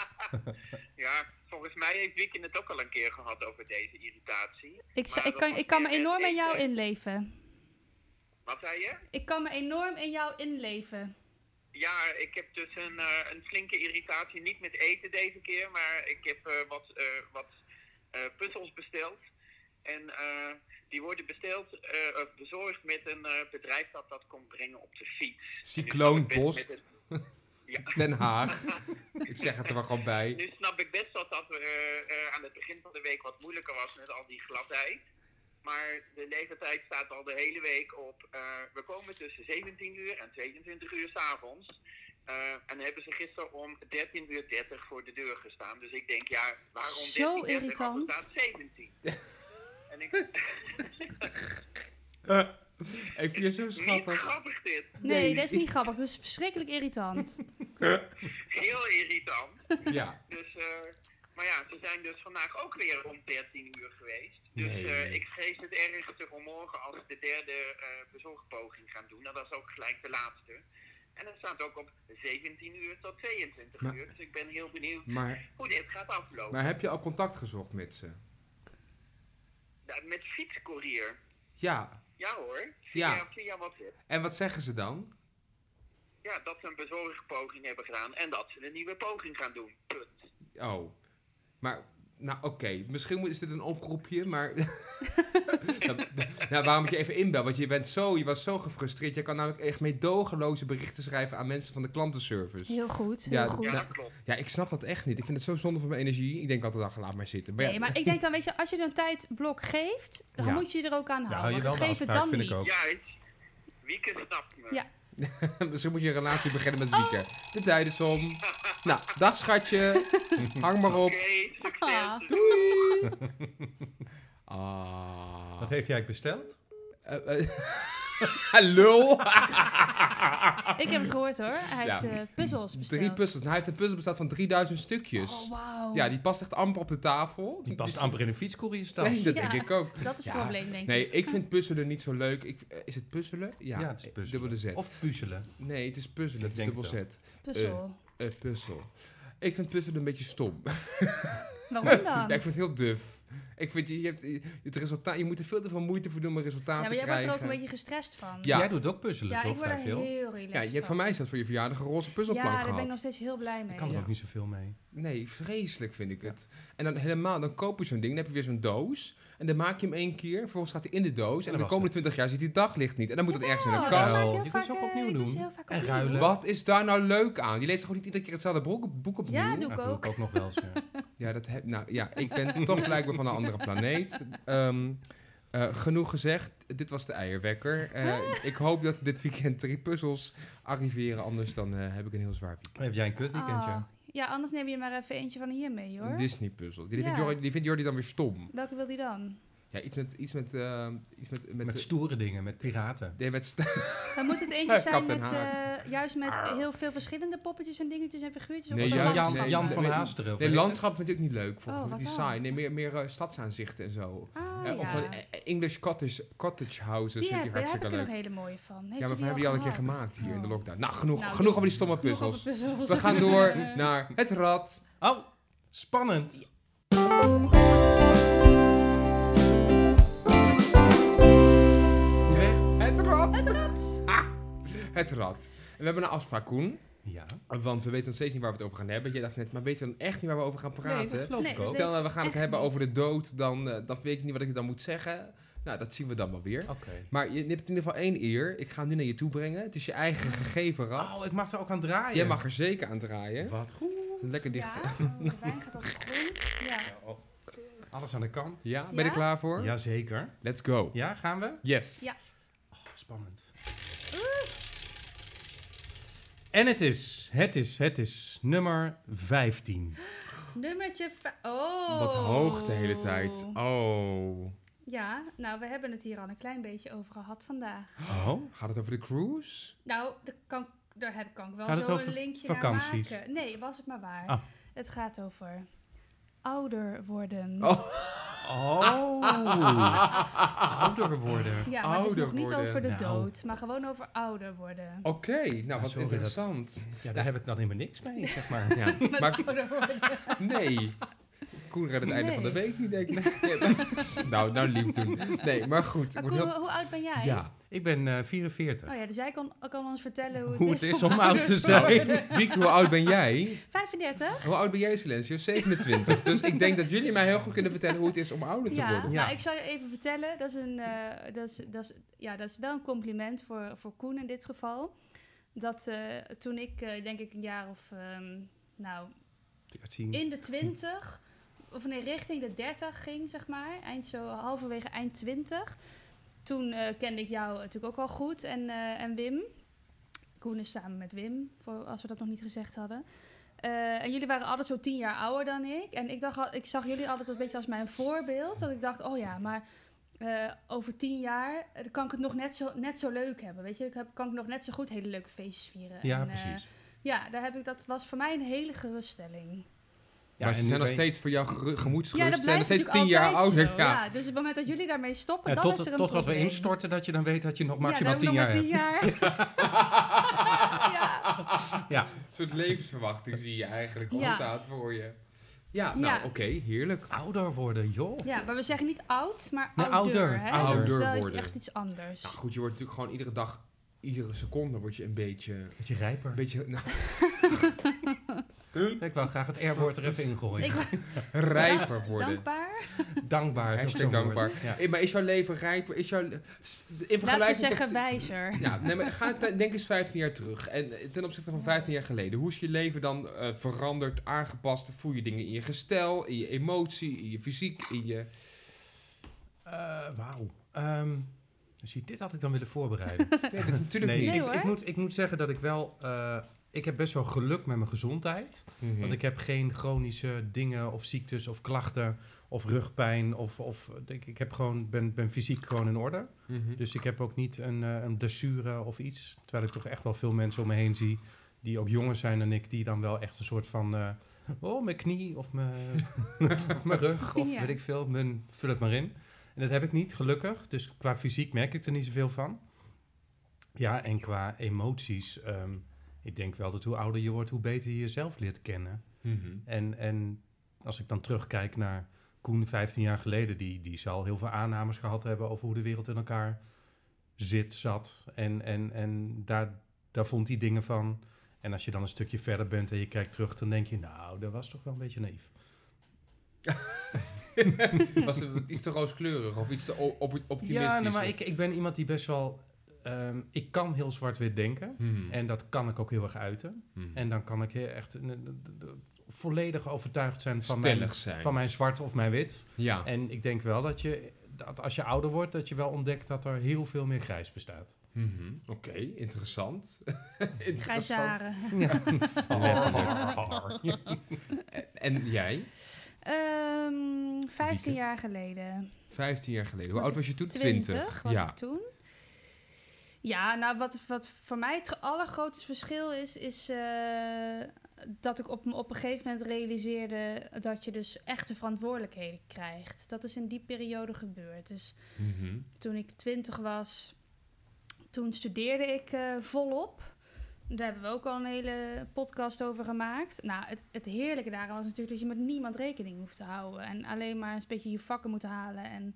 Speaker 5: Ja, volgens mij heeft Wieke het ook al een keer gehad over deze irritatie.
Speaker 2: Ik,
Speaker 5: Maar
Speaker 2: ik,
Speaker 5: dat
Speaker 2: kan,
Speaker 5: was
Speaker 2: ik kan me
Speaker 5: weer
Speaker 2: enorm in
Speaker 5: een
Speaker 2: jou
Speaker 5: eten.
Speaker 2: inleven.
Speaker 5: Wat zei je?
Speaker 2: Ik kan me enorm in jou inleven.
Speaker 5: Ja, ik heb dus een, uh, een flinke irritatie. Niet met eten deze keer, maar ik heb uh, wat, uh, wat uh, puzzels besteld. En uh, die worden besteld, uh, bezorgd met een uh, bedrijf dat dat komt brengen op de fiets.
Speaker 3: Cycloonpost.
Speaker 5: Met een- Ja.
Speaker 3: Den Haag. Ik zeg het er maar gewoon bij.
Speaker 5: Nu snap ik best dat dat uh, uh, aan het begin van de week wat moeilijker was met al die gladheid. Maar de levertijd staat al de hele week op. Uh, we komen tussen zeventien uur en tweeëntwintig uur 's avonds. Uh, en dan hebben ze gisteren om dertien uur dertig voor de deur gestaan. Dus ik denk, ja, waarom
Speaker 2: Zo
Speaker 5: dertien dertig
Speaker 2: irritant.
Speaker 5: als er staat zeventien? En ik...
Speaker 3: Ik vind je zo
Speaker 5: Niet
Speaker 3: schattig.
Speaker 5: grappig dit.
Speaker 2: Nee,
Speaker 3: Nee.
Speaker 2: dat is niet grappig. Dat is verschrikkelijk irritant.
Speaker 5: Heel irritant.
Speaker 3: Ja.
Speaker 5: Dus, uh, maar ja, ze zijn dus vandaag ook weer om dertien uur geweest. Dus
Speaker 3: Nee,
Speaker 5: uh,
Speaker 3: nee.
Speaker 5: ik vrees het ergste voor morgen als we de derde uh, bezorgpoging gaan doen. Nou, dat is ook gelijk de laatste. En dat staat ook op zeventien uur tot tweeëntwintig
Speaker 3: Maar-
Speaker 5: uur. Dus ik ben heel benieuwd
Speaker 3: Maar,
Speaker 5: hoe dit gaat aflopen.
Speaker 3: maar heb je al contact gezocht met ze?
Speaker 5: Ja, met fietscourier.
Speaker 3: Ja.
Speaker 5: Ja hoor. Via,
Speaker 3: Ja.
Speaker 5: via WhatsApp.
Speaker 3: En wat zeggen ze dan?
Speaker 5: Ja, dat ze een bezorgpoging hebben gedaan en dat ze een nieuwe poging gaan doen. Punt.
Speaker 3: Oh. Maar, nou oké. Okay. Misschien moet- is dit een oproepje, maar... nou, nou, waarom ik je even inbel? Want je bent zo, je was zo gefrustreerd. Je kan namelijk echt meedogenloze berichten schrijven aan mensen van de klantenservice.
Speaker 2: Heel goed, heel
Speaker 3: Ja,
Speaker 2: goed.
Speaker 5: Ja,
Speaker 3: Ja.
Speaker 5: dat klopt.
Speaker 3: Ja, ik snap dat echt niet. Ik vind het zo zonde van mijn energie. Ik denk altijd, ach, laat maar zitten. Maar ja,
Speaker 2: Nee, maar ik denk dan, weet je, als je een tijdblok geeft, dan
Speaker 3: Ja.
Speaker 2: moet je er ook aan
Speaker 4: Ja,
Speaker 2: houden.
Speaker 4: hou je wel de
Speaker 2: Geef het
Speaker 4: afspraak,
Speaker 2: dan
Speaker 4: vind ik
Speaker 2: niet.
Speaker 4: ook.
Speaker 5: Juist. Wieke snapt me.
Speaker 2: Ja.
Speaker 3: Misschien moet je een relatie beginnen met Wieke. De tijd is om. Nou, dag schatje. Hang maar op.
Speaker 5: Oké, succes.
Speaker 2: Ah.
Speaker 3: Doei. Ah.
Speaker 4: Wat heeft hij eigenlijk besteld?
Speaker 3: Uh, uh, lul.
Speaker 2: Ik heb het gehoord hoor. Hij heeft
Speaker 3: Ja.
Speaker 2: eh, puzzels besteld.
Speaker 3: Drie puzzels. Nou, hij heeft een puzzel bestaat van drieduizend stukjes.
Speaker 2: Oh, wauw.
Speaker 3: Ja, die past echt amper op de tafel.
Speaker 4: Die past
Speaker 3: Dus-
Speaker 4: amper in een fietscourierstas.
Speaker 3: Nee, dat
Speaker 2: Ja.
Speaker 3: denk ik ook.
Speaker 2: Dat is het
Speaker 3: Ja.
Speaker 2: probleem, denk
Speaker 3: Nee,
Speaker 2: ik.
Speaker 3: ik vind puzzelen niet zo leuk. Ik, eh, is het puzzelen? Ja,
Speaker 4: Ja, het is puzzelen.
Speaker 3: dubbele Z.
Speaker 4: Of puzzelen.
Speaker 3: Nee, het is puzzelen.
Speaker 4: Ik
Speaker 3: Het is
Speaker 4: denk
Speaker 3: dubbel
Speaker 4: het
Speaker 3: Z.
Speaker 2: Puzzel.
Speaker 3: Eh, puzzel. Ik vind puzzelen een beetje stom.
Speaker 2: Waarom dan?
Speaker 3: Ja, ik vind het heel duf. Ik vind, je, je, hebt, je, het resultaat, je moet er veel te veel moeite voor doen om resultaten
Speaker 2: Ja, maar
Speaker 3: te
Speaker 2: jij wordt
Speaker 3: krijgen.
Speaker 2: er ook een beetje gestrest van.
Speaker 3: Ja.
Speaker 4: Jij doet ook puzzelen,
Speaker 2: Ja,
Speaker 4: toch?
Speaker 2: ik word er
Speaker 4: Vrij veel.
Speaker 2: heel relaxed
Speaker 3: Ja, je hebt van mij zelfs voor je verjaardag een roze puzzelplank
Speaker 2: Ja, daar
Speaker 3: gehad.
Speaker 2: ben ik nog steeds heel blij mee.
Speaker 4: Ik kan er
Speaker 3: Ja.
Speaker 4: ook niet zoveel mee.
Speaker 3: Nee, vreselijk vind ik het. En dan helemaal, dan koop je zo'n ding, dan heb je weer zo'n doos. En dan maak je hem één keer, vervolgens gaat hij in de doos. En
Speaker 4: dat
Speaker 3: de
Speaker 4: was
Speaker 3: komende
Speaker 4: het.
Speaker 3: twintig jaar ziet hij het daglicht niet. En dan moet het ergens in een
Speaker 2: Oh,
Speaker 3: kast.
Speaker 2: dat maak ik
Speaker 4: Wel,
Speaker 2: heel
Speaker 4: je
Speaker 2: vaak,
Speaker 4: kunt ze ook
Speaker 2: eh,
Speaker 4: opnieuw
Speaker 2: ik doe
Speaker 4: doen.
Speaker 2: ze heel vaak
Speaker 4: En
Speaker 2: opnieuw.
Speaker 4: ruilen.
Speaker 3: Wat is daar nou leuk aan? Je leest toch niet iedere keer hetzelfde boek, boek opnieuw?
Speaker 2: Ja, doe
Speaker 4: Dat
Speaker 2: ik
Speaker 4: doe
Speaker 2: ook.
Speaker 4: ik ook nog wel eens, ja.
Speaker 3: Ja, dat heb, nou, ja, ik ben toch blijkbaar van een andere planeet. Ehm, eh, genoeg gezegd, dit was de eierwekker. Eh, ik hoop dat dit weekend drie puzzels arriveren, anders dan eh, heb ik een heel zwaar weekend.
Speaker 4: Dan heb jij een kutweekendje.
Speaker 2: Ah. Ja, anders neem je maar even eentje van hier mee, hoor.
Speaker 3: Een Disney puzzel. Die, vindt
Speaker 2: Ja.
Speaker 3: Jordi, die vindt Jordi dan weer stom.
Speaker 2: Welke wil hij dan?
Speaker 3: Ja, iets met, iets met, eh, iets met, met,
Speaker 4: Met
Speaker 3: eh,
Speaker 4: stoere dingen, met piraten.
Speaker 3: nee, met st-
Speaker 2: Dan moet het eentje zijn
Speaker 3: Kat en
Speaker 2: met,
Speaker 3: haar.
Speaker 2: eh, juist met heel veel verschillende poppetjes en dingetjes en figuurtjes.
Speaker 3: Nee,
Speaker 2: of
Speaker 3: ja,
Speaker 2: een
Speaker 3: Jan-
Speaker 2: landschap
Speaker 3: nee,
Speaker 4: Jan
Speaker 2: maken.
Speaker 4: van
Speaker 3: nee,
Speaker 4: Haasteren. of
Speaker 3: nee,
Speaker 4: weet je?
Speaker 3: landschap vind ik ook niet leuk. Volgens
Speaker 2: Oh,
Speaker 3: mij.
Speaker 2: wat
Speaker 3: Die
Speaker 2: dan?
Speaker 3: saai. Nee, meer, meer eh, stadsaanzichten en zo.
Speaker 2: Ah,
Speaker 3: Eh, Of
Speaker 2: ja.
Speaker 3: een eh, English cottage, cottage houses
Speaker 2: Die
Speaker 3: vind
Speaker 2: heb,
Speaker 3: ik
Speaker 2: daar heb
Speaker 3: hartstikke
Speaker 2: ik er
Speaker 3: leuk.
Speaker 2: nog hele mooie van. Heeft
Speaker 3: Ja,
Speaker 2: u
Speaker 3: maar we hebben die al een keer
Speaker 2: gehad?
Speaker 3: gemaakt hier in de
Speaker 2: Oh.
Speaker 3: lockdown. Nou, genoeg,
Speaker 2: Nou,
Speaker 3: genoeg over die stomme
Speaker 2: Genoeg
Speaker 3: puzzels.
Speaker 2: over puzzels.
Speaker 3: We gaan door naar het rad.
Speaker 4: Oh, spannend. Weg.
Speaker 3: Het rad.
Speaker 2: Het rad.
Speaker 3: Ah, het rad. En we hebben een afspraak, Koen.
Speaker 4: Ja.
Speaker 3: Want we weten nog steeds niet waar we het over gaan hebben. Jij dacht net, maar weten we dan echt niet waar we over gaan praten?
Speaker 4: Nee, dat geloof
Speaker 2: Nee,
Speaker 4: ik
Speaker 2: dus
Speaker 4: ook.
Speaker 2: dit-
Speaker 3: Stel nou, we gaan het
Speaker 2: echt
Speaker 3: hebben
Speaker 2: niet.
Speaker 3: over de dood, dan, eh, dan weet ik niet wat ik dan moet zeggen. Nou, dat zien we dan wel weer.
Speaker 4: Oké.
Speaker 3: Maar je, je hebt in ieder geval één eer. Ik ga hem nu naar je toe brengen. Het is je eigen gegeven rad.
Speaker 4: Oh, ik mag er ook aan draaien.
Speaker 3: Jij mag er zeker aan draaien.
Speaker 4: Wat goed.
Speaker 3: Lekker dicht.
Speaker 2: Ja, oh, de wijn gaat op de grond. Ja.
Speaker 4: Oh, alles aan de kant.
Speaker 3: Ja, ben je
Speaker 2: Ja?
Speaker 3: er klaar voor?
Speaker 4: Jazeker.
Speaker 3: Let's go.
Speaker 4: Ja, gaan we?
Speaker 3: Yes.
Speaker 2: Ja.
Speaker 4: Oh, spannend. En het is, het is, het is nummer vijftien.
Speaker 2: Nummertje vijf. Oh.
Speaker 3: Wat hoog de hele tijd. Oh.
Speaker 2: Ja, nou, we hebben het hier al een klein beetje over gehad vandaag.
Speaker 4: Oh?
Speaker 3: Gaat het over de cruise?
Speaker 2: Nou, daar kan, daar heb, kan ik wel
Speaker 4: Gaat het
Speaker 2: zo
Speaker 4: over
Speaker 2: een linkje
Speaker 4: vakanties?
Speaker 2: naar maken. Nee, was het maar waar.
Speaker 4: Ah.
Speaker 2: Het gaat over ouder worden.
Speaker 3: Oh.
Speaker 4: Oh. Ouder worden.
Speaker 2: Ja, maar het is
Speaker 3: ouder
Speaker 2: nog niet
Speaker 3: worden.
Speaker 2: over de
Speaker 4: Nou.
Speaker 2: dood, maar gewoon over ouder worden.
Speaker 3: Oké, nou wat
Speaker 4: sorry,
Speaker 3: interessant.
Speaker 4: Ja, daar heb ik dan helemaal niks mee, zeg maar.
Speaker 3: Ja.
Speaker 2: Met
Speaker 3: Maar
Speaker 2: ouder worden.
Speaker 3: nee. Koen redt het einde
Speaker 2: Nee.
Speaker 3: van de week niet, denk ik. Nee, maar- nou, nou lief doen. Nee, maar goed.
Speaker 2: Maar
Speaker 3: ik
Speaker 2: Koen,
Speaker 3: word heel-
Speaker 2: hoe oud ben jij?
Speaker 3: Ja.
Speaker 4: Ik ben eh, vierenveertig.
Speaker 2: Oh ja, dus jij kan, kan ons vertellen hoe het,
Speaker 4: Hoe
Speaker 2: is,
Speaker 4: het is om oud
Speaker 2: ouder
Speaker 4: te zijn.
Speaker 2: worden.
Speaker 3: Wieke, hoe oud ben jij?
Speaker 2: vijfendertig?
Speaker 3: Hoe oud ben jij, Silencio? zevenentwintig. Dus ik denk dat jullie mij heel goed kunnen vertellen hoe het is om ouder te
Speaker 2: Ja,
Speaker 3: worden.
Speaker 4: Ja.
Speaker 2: nou, ik zal je even vertellen. Dat is, een, eh, dat, is, dat, is, ja, dat is wel een compliment voor, voor Koen in dit geval. Dat eh, toen ik, eh, denk ik, een jaar of, ehm, nou,
Speaker 4: dertien.
Speaker 2: in de twintig, of nee, richting de dertig ging, zeg maar. Eind zo, halverwege eind twintig. Toen eh, kende ik jou natuurlijk ook wel goed en, eh, en Wim. Koen is samen met Wim, voor, als we dat nog niet gezegd hadden. Eh, en jullie waren altijd zo tien jaar ouder dan ik. En ik, dacht, al- ik zag jullie altijd een beetje als mijn voorbeeld. Dat ik dacht, oh ja, maar eh, over tien jaar eh, kan ik het nog net zo, net zo leuk hebben. Weet je, ik heb, kan ik nog net zo goed hele leuke feestjes vieren.
Speaker 4: Ja,
Speaker 2: En, eh,
Speaker 4: precies.
Speaker 2: ja, daar heb ik, dat was voor mij een hele geruststelling.
Speaker 4: Ja,
Speaker 3: maar ze
Speaker 4: en
Speaker 3: zijn
Speaker 4: nu
Speaker 3: nog
Speaker 4: ben je-
Speaker 3: steeds voor jouw geru-
Speaker 2: Ja,
Speaker 3: gemoedsrust.
Speaker 2: dat
Speaker 3: Zijn nog
Speaker 2: blijft
Speaker 3: steeds
Speaker 2: natuurlijk
Speaker 3: tien jaar
Speaker 2: altijd
Speaker 3: ouder.
Speaker 2: zo.
Speaker 3: Ja.
Speaker 2: Ja, dus op het moment dat jullie daarmee stoppen,
Speaker 4: Ja,
Speaker 2: dan
Speaker 4: tot
Speaker 2: is er een
Speaker 4: tot wat we
Speaker 2: probleem.
Speaker 4: instorten, dat je dan weet dat je nog
Speaker 2: Ja,
Speaker 4: maximaal
Speaker 2: dan
Speaker 4: tien jaar
Speaker 2: heb ik
Speaker 4: hebt.
Speaker 2: nog maar tien jaar. ja.
Speaker 4: Ja.
Speaker 3: Een soort levensverwachting zie je eigenlijk
Speaker 2: Ja.
Speaker 3: ontstaat voor je. Ja, nou
Speaker 2: Ja.
Speaker 3: oké, heerlijk.
Speaker 4: Ouder worden, joh.
Speaker 2: ja, maar we zeggen niet oud, maar
Speaker 4: Nee,
Speaker 2: ouder.
Speaker 4: ouder.
Speaker 2: Hè?
Speaker 3: Ouder
Speaker 2: Dat is wel iets-
Speaker 3: worden.
Speaker 2: echt iets anders.
Speaker 3: Nou goed, je wordt natuurlijk gewoon iedere dag, iedere seconde word je een beetje,
Speaker 4: Beetje rijper.
Speaker 3: een beetje nou,
Speaker 4: Ik wou graag het R-woord er even ingooien.
Speaker 2: Ik
Speaker 3: rijper worden.
Speaker 2: dankbaar.
Speaker 4: Dankbaar. is ook
Speaker 3: Hashtag
Speaker 4: zo'n
Speaker 3: dankbaar.
Speaker 4: woord. Ja.
Speaker 3: Eh, Maar is jouw leven rijper? Is jouw, in
Speaker 2: Laten we
Speaker 3: vergelijking
Speaker 2: zeggen
Speaker 3: tot-
Speaker 2: wijzer.
Speaker 3: Ja, nee, maar ga het- denk eens vijftien jaar terug. En eh, ten opzichte van vijftien jaar geleden. Hoe is je leven dan eh, veranderd, aangepast? Voel je dingen in je gestel, in je emotie, in je fysiek, in je...
Speaker 4: Eh, Wauw. Ehm, Zie, dit had ik dan willen voorbereiden.
Speaker 3: Nee, dat natuurlijk
Speaker 4: nee,
Speaker 3: niet.
Speaker 2: Nee,
Speaker 4: ik,
Speaker 2: hoor.
Speaker 4: ik, moet, ik moet zeggen dat ik wel... Uh, ik heb best wel geluk met mijn gezondheid.
Speaker 3: Mhm.
Speaker 4: Want ik heb geen chronische dingen of ziektes of klachten of rugpijn. Of, of ik, ik heb gewoon, ben, ben fysiek gewoon in orde.
Speaker 3: Mhm.
Speaker 4: Dus ik heb ook niet een, uh, een blessure of iets. Terwijl ik toch echt wel veel mensen om me heen zie... die ook jonger zijn dan ik... die dan wel echt een soort van... Uh, oh, mijn knie of mijn, of mijn rug of
Speaker 2: Ja.
Speaker 4: weet ik veel. Mijn, vul het maar in. En dat heb ik niet, gelukkig. Dus qua fysiek merk ik er niet zoveel van. Ja, en qua emoties... Um, ik denk wel dat hoe ouder je wordt, hoe beter je jezelf leert kennen.
Speaker 3: Mm-hmm.
Speaker 4: En, en als ik dan terugkijk naar Koen vijftien jaar geleden... Die, die zal heel veel aannames gehad hebben over hoe de wereld in elkaar zit, zat. En, en, en daar, daar vond hij dingen van. En als je dan een stukje verder bent en je kijkt terug... dan denk je, nou, dat was toch wel een beetje naïef.
Speaker 3: Was het iets te rooskleurig of iets te op- optimistisch?
Speaker 4: Ja, nou, maar
Speaker 3: of...
Speaker 4: ik, ik ben iemand die best wel... Um, ik kan heel zwart-wit denken.
Speaker 3: Hmm.
Speaker 4: En dat kan ik ook heel erg uiten.
Speaker 3: Hmm.
Speaker 4: En dan kan ik heel echt uh, uh, uh, volledig overtuigd zijn van
Speaker 3: Stellig
Speaker 4: mijn,
Speaker 3: zijn.
Speaker 4: van mijn zwart of mijn wit.
Speaker 3: Ja.
Speaker 4: En ik denk wel dat je, dat als je ouder wordt, dat je wel ontdekt dat er heel veel meer grijs bestaat.
Speaker 3: Mm-hmm. Oké, okay, interessant.
Speaker 2: Grijze haren.
Speaker 4: Ja.
Speaker 3: Oh. en, en jij?
Speaker 2: Um, vijftien
Speaker 3: Wieke?
Speaker 2: jaar geleden.
Speaker 3: Vijftien jaar geleden. Hoe
Speaker 2: Was
Speaker 3: oud was je toen?
Speaker 2: Twintig was
Speaker 3: ja.
Speaker 2: ik toen. Ja, nou wat, wat voor mij het allergrootste verschil is, is uh, dat ik op, op een gegeven moment realiseerde dat je dus echte verantwoordelijkheden krijgt. Dat is in die periode gebeurd. Dus
Speaker 3: Mm-hmm.
Speaker 2: toen ik twintig was, toen studeerde ik uh, volop. Daar hebben we ook al een hele podcast over gemaakt. Nou, het, het heerlijke daaraan was natuurlijk dat je met niemand rekening hoeft te houden. En alleen maar een beetje je vakken moet halen. En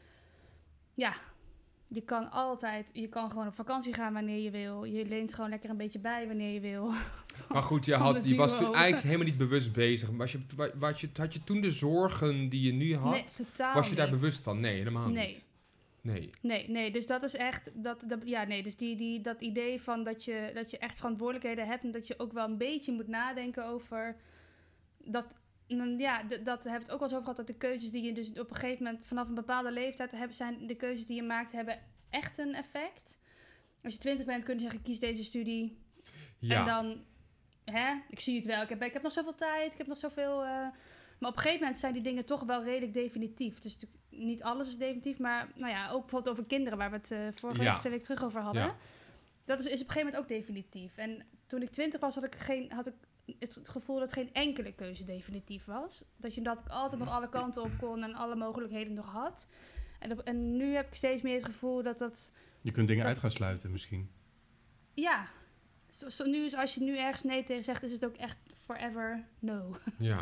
Speaker 2: ja, je kan altijd, je kan gewoon op vakantie gaan wanneer je wil. Je leent gewoon lekker een beetje bij wanneer je wil.
Speaker 3: Maar goed, je, had, je was toen eigenlijk helemaal niet bewust bezig. Was je, was je, had je toen de zorgen die je nu had?
Speaker 2: Nee, totaal
Speaker 3: Was je daar
Speaker 2: niet.
Speaker 3: bewust van? Nee, helemaal
Speaker 2: nee.
Speaker 3: niet. Nee.
Speaker 2: Nee, nee, dus dat is echt, dat, dat, ja, nee, dus die, die, dat idee van dat je, dat je echt verantwoordelijkheden hebt en dat je ook wel een beetje moet nadenken over dat, ja, d- dat hebben we het ook wel eens over gehad, dat de keuzes die je dus op een gegeven moment vanaf een bepaalde leeftijd hebt, zijn de keuzes die je maakt, hebben echt een effect. Als je twintig bent, kun je zeggen, kies deze studie.
Speaker 3: Ja.
Speaker 2: En dan, hè, ik zie het wel, ik heb, ik heb nog zoveel tijd, ik heb nog zoveel... Uh, maar op een gegeven moment zijn die dingen toch wel redelijk definitief. Dus niet alles is definitief, maar nou ja, ook bijvoorbeeld over kinderen, waar we het uh, vorige
Speaker 3: ja.
Speaker 2: week twee weken terug over hadden.
Speaker 3: Ja.
Speaker 2: Dat is, is op een gegeven moment ook definitief. En toen ik twintig was, had ik, geen, had ik het, het gevoel dat geen enkele keuze definitief was. Dat je dat ik altijd nog alle kanten op kon en alle mogelijkheden nog had. En, op, en nu heb ik steeds meer het gevoel dat dat...
Speaker 4: Je kunt dingen
Speaker 2: dat,
Speaker 4: uit gaan sluiten misschien.
Speaker 2: Ja. Zo, zo, nu is, als je nu ergens nee tegen zegt, is het ook echt forever no.
Speaker 3: Ja.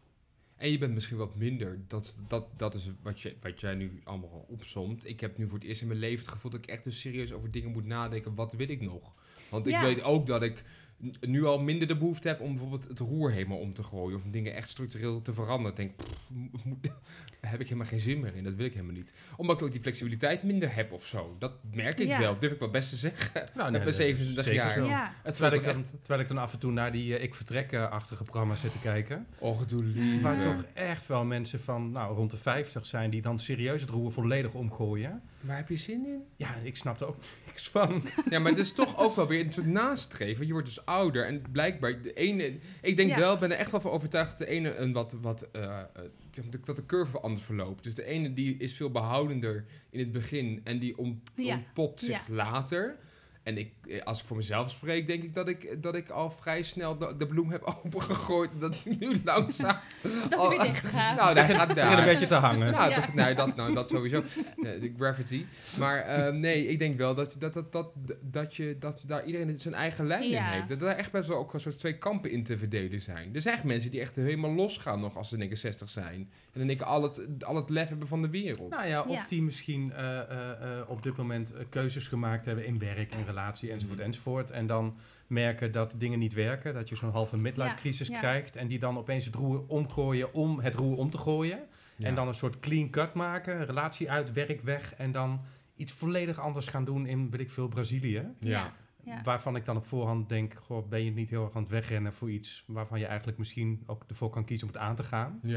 Speaker 3: En je bent misschien wat minder. Dat, dat, dat is wat, je, wat jij nu allemaal opsomt. Ik heb nu voor het eerst in mijn leven het gevoel dat ik echt dus serieus over dingen moet nadenken. Wat wil ik nog? Want ik
Speaker 2: Ja.
Speaker 3: weet ook dat ik nu al minder de behoefte heb om bijvoorbeeld het roer helemaal om te gooien. Of dingen echt structureel te veranderen. Ik denk, pff, moet, daar heb ik helemaal geen zin meer in. Dat wil ik helemaal niet. Omdat ik ook die flexibiliteit minder heb of zo. Dat merk ik
Speaker 2: Ja.
Speaker 3: wel. Durf ik wel best te zeggen.
Speaker 4: Nou,
Speaker 3: Met mijn zevenentwintig jaar.
Speaker 4: Zo.
Speaker 2: Ja.
Speaker 3: Het
Speaker 4: Terwijl ik,
Speaker 3: voelt
Speaker 4: dan,
Speaker 3: echt...
Speaker 4: terwijl ik dan af en toe naar die uh, Ik Vertrek-achtige programma's zit te kijken.
Speaker 3: Och, doe lief.
Speaker 4: Waar toch echt wel mensen van nou, rond de vijftig zijn die dan serieus het roer volledig omgooien.
Speaker 3: Waar heb je zin in?
Speaker 4: Ja, ik snap er ook niks van.
Speaker 3: Ja, maar het is toch ook wel weer een soort nastreven. Je wordt dus ouder en blijkbaar de ene... Ik denk
Speaker 2: Ja.
Speaker 3: wel, ben er echt wel van overtuigd dat de ene een wat... wat uh, uh, dat de curve anders verloopt. Dus de ene die is veel behoudender in het begin en die om,
Speaker 2: Ja.
Speaker 3: ontpopt zich
Speaker 2: Ja.
Speaker 3: later. En ik, als ik voor mezelf spreek, denk ik dat ik, dat ik al vrij snel de, de bloem heb opengegooid. Dat ik nu langzaam...
Speaker 2: Dat hij weer dicht gaat.
Speaker 3: Nou, daar gaat
Speaker 4: Begin een
Speaker 3: daar.
Speaker 4: beetje te hangen.
Speaker 3: Nou,
Speaker 2: Ja.
Speaker 3: dat, nee, dat, nou, dat sowieso. Nee, de gravity. Maar uh, nee, ik denk wel dat, dat, dat, dat, dat, je, dat daar iedereen zijn eigen lijn
Speaker 2: Ja.
Speaker 3: in heeft. Dat er echt best wel ook een soort twee kampen in te verdelen zijn. Er zijn echt mensen die echt helemaal losgaan nog als ze denk ik zestig zijn. En dan denk ik al het, al het lef hebben van de wereld.
Speaker 4: Nou ja, of
Speaker 2: Ja.
Speaker 4: die misschien uh, uh, uh, op dit moment uh, keuzes gemaakt hebben in werk, in relatie, enzovoort,
Speaker 3: Mhm.
Speaker 4: enzovoort. En dan merken dat dingen niet werken, dat je zo'n halve midlife crisis
Speaker 2: Ja, ja.
Speaker 4: krijgt. En die dan opeens het roer omgooien om het roer om te gooien.
Speaker 3: Ja.
Speaker 4: En dan een soort clean cut maken, relatie uit, werk weg. En dan iets volledig anders gaan doen in, weet ik veel, Brazilië.
Speaker 3: Ja.
Speaker 2: Ja.
Speaker 4: Waarvan ik dan op voorhand denk, goh, ben je niet heel erg aan het wegrennen voor iets waarvan je eigenlijk misschien ook ervoor kan kiezen om het aan te gaan.
Speaker 3: Ja.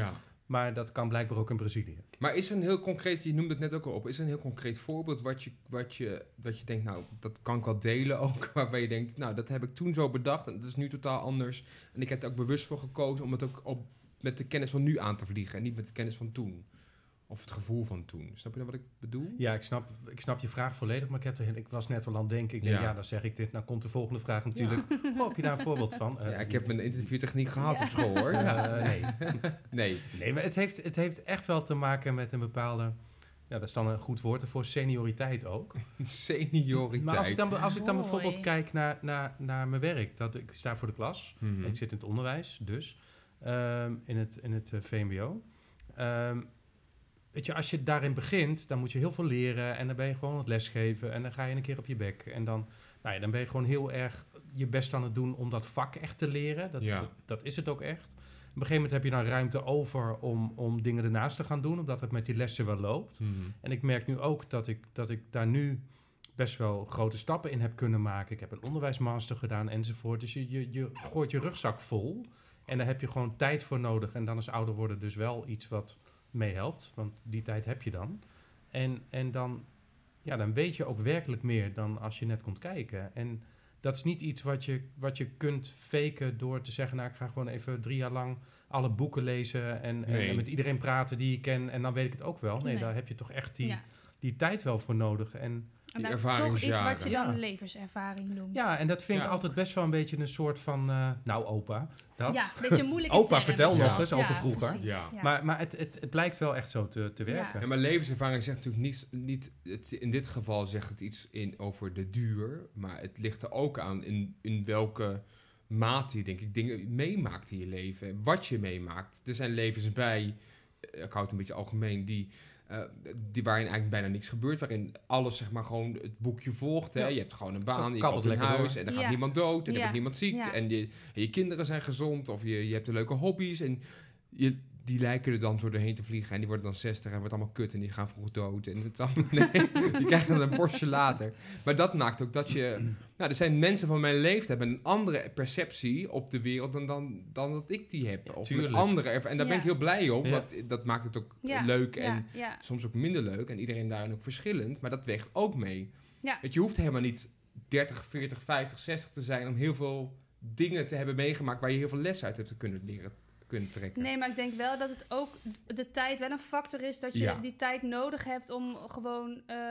Speaker 4: Maar dat kan blijkbaar ook in Brazilië.
Speaker 3: Maar is er een heel concreet, je noemde het net ook al op, is er een heel concreet voorbeeld wat je, wat je, wat je denkt, nou, dat kan ik wel delen ook, waarbij je denkt, nou, dat heb ik toen zo bedacht en dat is nu totaal anders. En ik heb er ook bewust voor gekozen om het ook op, met de kennis van nu aan te vliegen en niet met de kennis van toen. Of het gevoel van toen. Snap je dan wat ik bedoel?
Speaker 4: Ja, ik snap, ik snap je vraag volledig, maar ik, heb er, heel- ik was net al aan het denken. Ik denk,
Speaker 3: Ja.
Speaker 4: ja. dan zeg ik dit. Nou komt de volgende vraag natuurlijk. Goh, heb je daar een voorbeeld van? Uh,
Speaker 3: Ja, ik heb mijn interviewtechniek gehad
Speaker 2: Ja.
Speaker 3: op school, hoor. Ja.
Speaker 4: Uh, nee.
Speaker 3: Nee.
Speaker 4: nee, maar het heeft, het heeft echt wel te maken met een bepaalde... Ja, dat is dan een goed woord ervoor, senioriteit ook.
Speaker 3: Senioriteit.
Speaker 4: Maar als ik dan, als ik dan
Speaker 2: Mooi.
Speaker 4: bijvoorbeeld kijk naar, naar, naar mijn werk. Dat, ik sta voor de klas.
Speaker 3: Mhm.
Speaker 4: Ik zit in het onderwijs, dus. ehm, in het, in het eh, V M B O. Ehm, weet je, als je daarin begint, dan moet je heel veel leren. En dan ben je gewoon aan het lesgeven. En dan ga je een keer op je bek. En dan, nou ja, dan ben je gewoon heel erg je best aan het doen om dat vak echt te leren. Dat,
Speaker 3: Ja.
Speaker 4: dat, dat is het ook echt. Op een gegeven moment heb je dan ruimte over om, om dingen ernaast te gaan doen. Omdat het met die lessen wel loopt.
Speaker 3: Mhm.
Speaker 4: En ik merk nu ook dat ik, dat ik daar nu best wel grote stappen in heb kunnen maken. Ik heb een onderwijsmaster gedaan enzovoort. Dus je, je, je gooit je rugzak vol. En daar heb je gewoon tijd voor nodig. En dan is ouder worden dus wel iets wat meehelpt. Want die tijd heb je dan. En, en dan, ja, dan weet je ook werkelijk meer dan als je net komt kijken. En dat is niet iets wat je, wat je kunt faken door te zeggen... nou, ik ga gewoon even drie jaar lang alle boeken lezen... en, en-
Speaker 3: Nee.
Speaker 4: en met iedereen praten die ik ken... en dan weet ik het ook wel. Nee,
Speaker 2: Nee.
Speaker 4: daar heb je toch echt die,
Speaker 2: Ja.
Speaker 4: die tijd wel voor nodig. En
Speaker 2: En
Speaker 3: Die
Speaker 2: dan toch iets
Speaker 3: ervaringsjaren.
Speaker 2: wat je dan
Speaker 4: Ja.
Speaker 2: levenservaring noemt.
Speaker 4: ja, en dat vind ik
Speaker 3: Ja.
Speaker 4: altijd best wel een beetje een soort van... eh, nou, opa, dat.
Speaker 2: Ja, een beetje een moeilijke
Speaker 4: Opa,
Speaker 2: term
Speaker 4: vertel
Speaker 2: is
Speaker 3: nog
Speaker 2: dat.
Speaker 4: eens over vroeger.
Speaker 2: precies,
Speaker 3: Ja.
Speaker 2: ja.
Speaker 4: Maar, maar het, het, het blijkt wel echt zo te, te
Speaker 2: Ja.
Speaker 4: werken.
Speaker 3: Ja, maar levenservaring zegt natuurlijk niet, niet het, in dit geval zegt het iets in, over de duur, maar het ligt er ook aan in, in welke mate je, denk ik, dingen meemaakt in je leven. Wat je meemaakt. Er zijn levens bij, eh, ik houd het een beetje algemeen, die, eh, die waarin eigenlijk bijna niks gebeurt, waarin alles, zeg maar, gewoon het boekje volgt. Hè?
Speaker 4: Ja.
Speaker 3: Je hebt gewoon een baan,
Speaker 4: Ka-
Speaker 3: je
Speaker 4: kabbelt
Speaker 3: koopt een
Speaker 4: lekker
Speaker 3: huis
Speaker 4: door.
Speaker 3: en er gaat
Speaker 2: Ja.
Speaker 3: niemand dood en er
Speaker 2: Ja.
Speaker 3: wordt niemand ziek
Speaker 2: Ja.
Speaker 3: en je, en je kinderen zijn gezond of je, je hebt een leuke hobby's en je, die lijken er dan zo doorheen te vliegen en die worden dan zestig en wordt allemaal kut en die gaan vroeg dood. En het is allemaal, nee, die krijgen dan een borstje later. Maar dat maakt ook dat je... Nou, er zijn mensen van mijn leeftijd met een andere perceptie op de wereld dan, dan, dan dat ik die heb.
Speaker 4: Ja,
Speaker 3: of met
Speaker 4: tuurlijk.
Speaker 3: andere erv- En daar ben
Speaker 2: Ja.
Speaker 3: ik heel blij om,
Speaker 4: Ja.
Speaker 3: want dat maakt het ook
Speaker 2: Ja,
Speaker 3: leuk en
Speaker 2: ja, ja.
Speaker 3: soms ook minder leuk. En iedereen daarin ook verschillend, maar dat weegt ook mee.
Speaker 2: Ja.
Speaker 3: Want je hoeft helemaal niet dertig, veertig, vijftig, zestig te zijn om heel veel dingen te hebben meegemaakt waar je heel veel les uit hebt te kunnen leren kunnen trekken.
Speaker 2: Nee, maar ik denk wel dat het ook de tijd wel een factor is dat je
Speaker 3: Ja.
Speaker 2: die tijd nodig hebt om gewoon eh,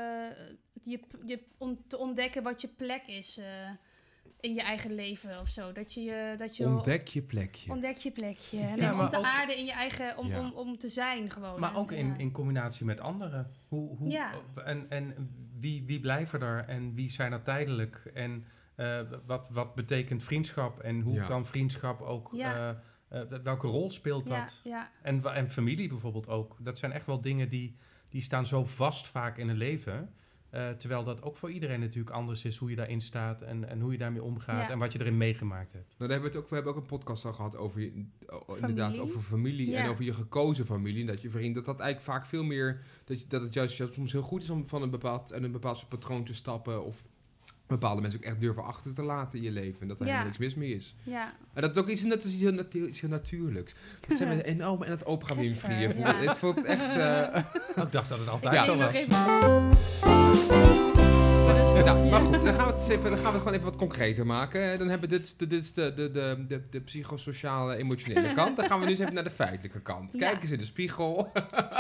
Speaker 2: je, je on- te ontdekken wat je plek is eh, in je eigen leven of zo. Dat je, je- dat je
Speaker 3: Ontdek je plekje.
Speaker 2: ontdek je plekje. Nee,
Speaker 4: Ja,
Speaker 2: om
Speaker 4: maar
Speaker 2: te
Speaker 4: ook-
Speaker 2: aarden in je eigen, om,
Speaker 3: Ja.
Speaker 2: om, om te zijn gewoon.
Speaker 4: Maar ook in,
Speaker 2: Ja.
Speaker 4: in combinatie met anderen. Hoe, hoe,
Speaker 2: Ja.
Speaker 4: En, en wie, wie blijven er en wie zijn er tijdelijk? En eh, wat, wat betekent vriendschap? En hoe
Speaker 3: Ja.
Speaker 4: kan vriendschap ook...
Speaker 2: Ja.
Speaker 4: eh, eh, welke rol speelt
Speaker 2: Ja,
Speaker 4: dat?
Speaker 2: ja,
Speaker 4: En, wa- en familie bijvoorbeeld ook. Dat zijn echt wel dingen die, die staan zo vast vaak in een leven. Eh, terwijl dat ook voor iedereen natuurlijk anders is hoe je daarin staat en, en hoe je daarmee omgaat
Speaker 2: Ja.
Speaker 4: en wat je erin meegemaakt hebt.
Speaker 3: Nou, daar hebben we, het ook, we hebben ook een podcast al gehad over, je, oh,
Speaker 2: Familie.
Speaker 3: inderdaad, over familie
Speaker 2: Ja.
Speaker 3: en over je gekozen familie. En dat je vriend, dat dat eigenlijk vaak veel meer, dat, je, dat het juist, juist soms heel goed is om van een bepaald, en een bepaald soort patroon te stappen of bepaalde mensen ook echt durven achter te laten in je leven. En dat er
Speaker 2: Ja.
Speaker 3: helemaal niks mis mee is.
Speaker 2: ja.
Speaker 3: En dat is ook iets, dat is heel, natu- iets heel natuurlijks. Dat zijn we enorm en het open gaan
Speaker 2: Getver,
Speaker 3: invliegen.
Speaker 2: ja.
Speaker 3: Het voelt echt... eh,
Speaker 4: Oh, ik dacht dat het
Speaker 2: Ik
Speaker 4: altijd
Speaker 3: Ja.
Speaker 4: zo
Speaker 2: even
Speaker 4: was.
Speaker 2: nog even...
Speaker 3: nou, maar goed, dan gaan, we het eens even, dan gaan we het gewoon even wat concreter maken. Dan hebben we dit, is de, dit is de, de, de, de, de psychosociale, emotionele kant. Dan gaan we nu eens even naar de feitelijke kant. Kijk
Speaker 2: Ja.
Speaker 3: eens in de spiegel.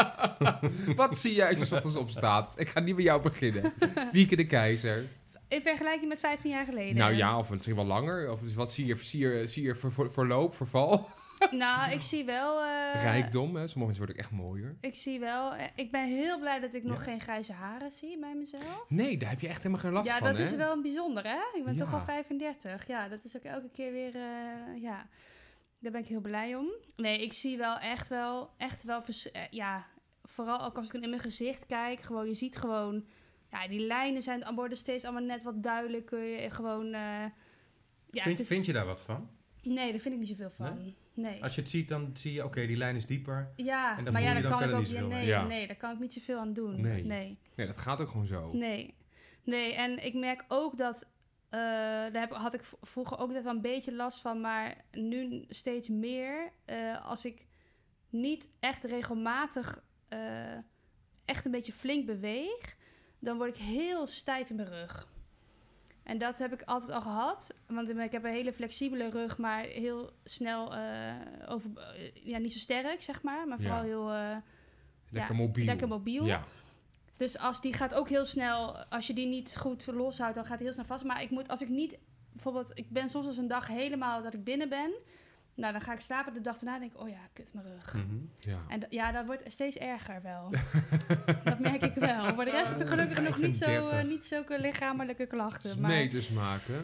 Speaker 3: Wat zie je als je 's ochtends opstaat? Ik ga niet bij jou beginnen. Wieke de Keizer.
Speaker 2: In vergelijking met vijftien jaar geleden.
Speaker 3: Nou ja, of misschien wel langer. Of dus wat zie je, zie je, zie je voor, voor, verloop, verval?
Speaker 2: Nou, ik zie wel... eh,
Speaker 3: Rijkdom, hè? Sommige mensen worden ook echt mooier.
Speaker 2: Ik zie wel... eh, Ik ben heel blij dat ik nog
Speaker 3: Ja.
Speaker 2: geen grijze haren zie bij mezelf.
Speaker 3: Nee, daar heb je echt helemaal geen last
Speaker 2: Ja,
Speaker 3: van,
Speaker 2: dat
Speaker 3: hè?
Speaker 2: is wel een bijzonder, hè? Ik ben toch
Speaker 3: Ja.
Speaker 2: al vijfendertig. Ja, dat is ook elke keer weer... eh, ja, daar ben ik heel blij om. Nee, ik zie wel echt wel... Echt wel vers- eh, ja, vooral ook als ik in mijn gezicht kijk. Gewoon, je ziet gewoon... Ja, die lijnen zijn, worden steeds allemaal net wat duidelijker. Je Gewoon... eh, ja,
Speaker 4: vind,
Speaker 2: het is,
Speaker 4: vind je daar wat van?
Speaker 2: nee, daar vind ik niet zoveel van. Nee.
Speaker 4: Als je het ziet, dan zie je, oké, die lijn is dieper.
Speaker 2: Ja,
Speaker 4: En daar
Speaker 2: maar
Speaker 4: voel
Speaker 2: ja,
Speaker 4: je
Speaker 2: daar
Speaker 4: dan
Speaker 2: kan ik
Speaker 4: verder
Speaker 2: ook...
Speaker 4: niet
Speaker 2: Ja,
Speaker 4: zoveel
Speaker 2: nee,
Speaker 3: mee. Ja.
Speaker 2: nee, daar kan ik niet zoveel aan doen.
Speaker 3: Nee.
Speaker 2: nee.
Speaker 3: Nee, dat gaat ook gewoon zo.
Speaker 2: Nee. Nee, en ik merk ook dat... eh, daar heb, had ik v- vroeger ook net wel een beetje last van, maar nu steeds meer. eh, als ik niet echt regelmatig uh, echt een beetje flink beweeg, dan word ik heel stijf in mijn rug. En dat heb ik altijd al gehad. Want ik heb een hele flexibele rug, maar heel snel uh, over, uh, ja, niet zo sterk, zeg maar. Maar vooral ja. heel uh,
Speaker 3: lekker,
Speaker 2: ja,
Speaker 3: mobiel.
Speaker 2: lekker mobiel.
Speaker 3: Ja.
Speaker 2: Dus als die gaat ook heel snel, als je die niet goed loshoudt, dan gaat hij heel snel vast. Maar ik moet, als ik niet, bijvoorbeeld, ik ben soms als een dag helemaal dat ik binnen ben. Nou, dan ga ik slapen de dag daarna en denk ik, oh ja, kut, mijn rug.
Speaker 3: Mm-hmm. Ja.
Speaker 2: En d- ja, dat wordt steeds erger wel. Dat merk ik wel. Voor de rest heb ik gelukkig nog niet, zo, uh, niet zulke lichamelijke klachten. Maar...
Speaker 3: Nee, dus maken.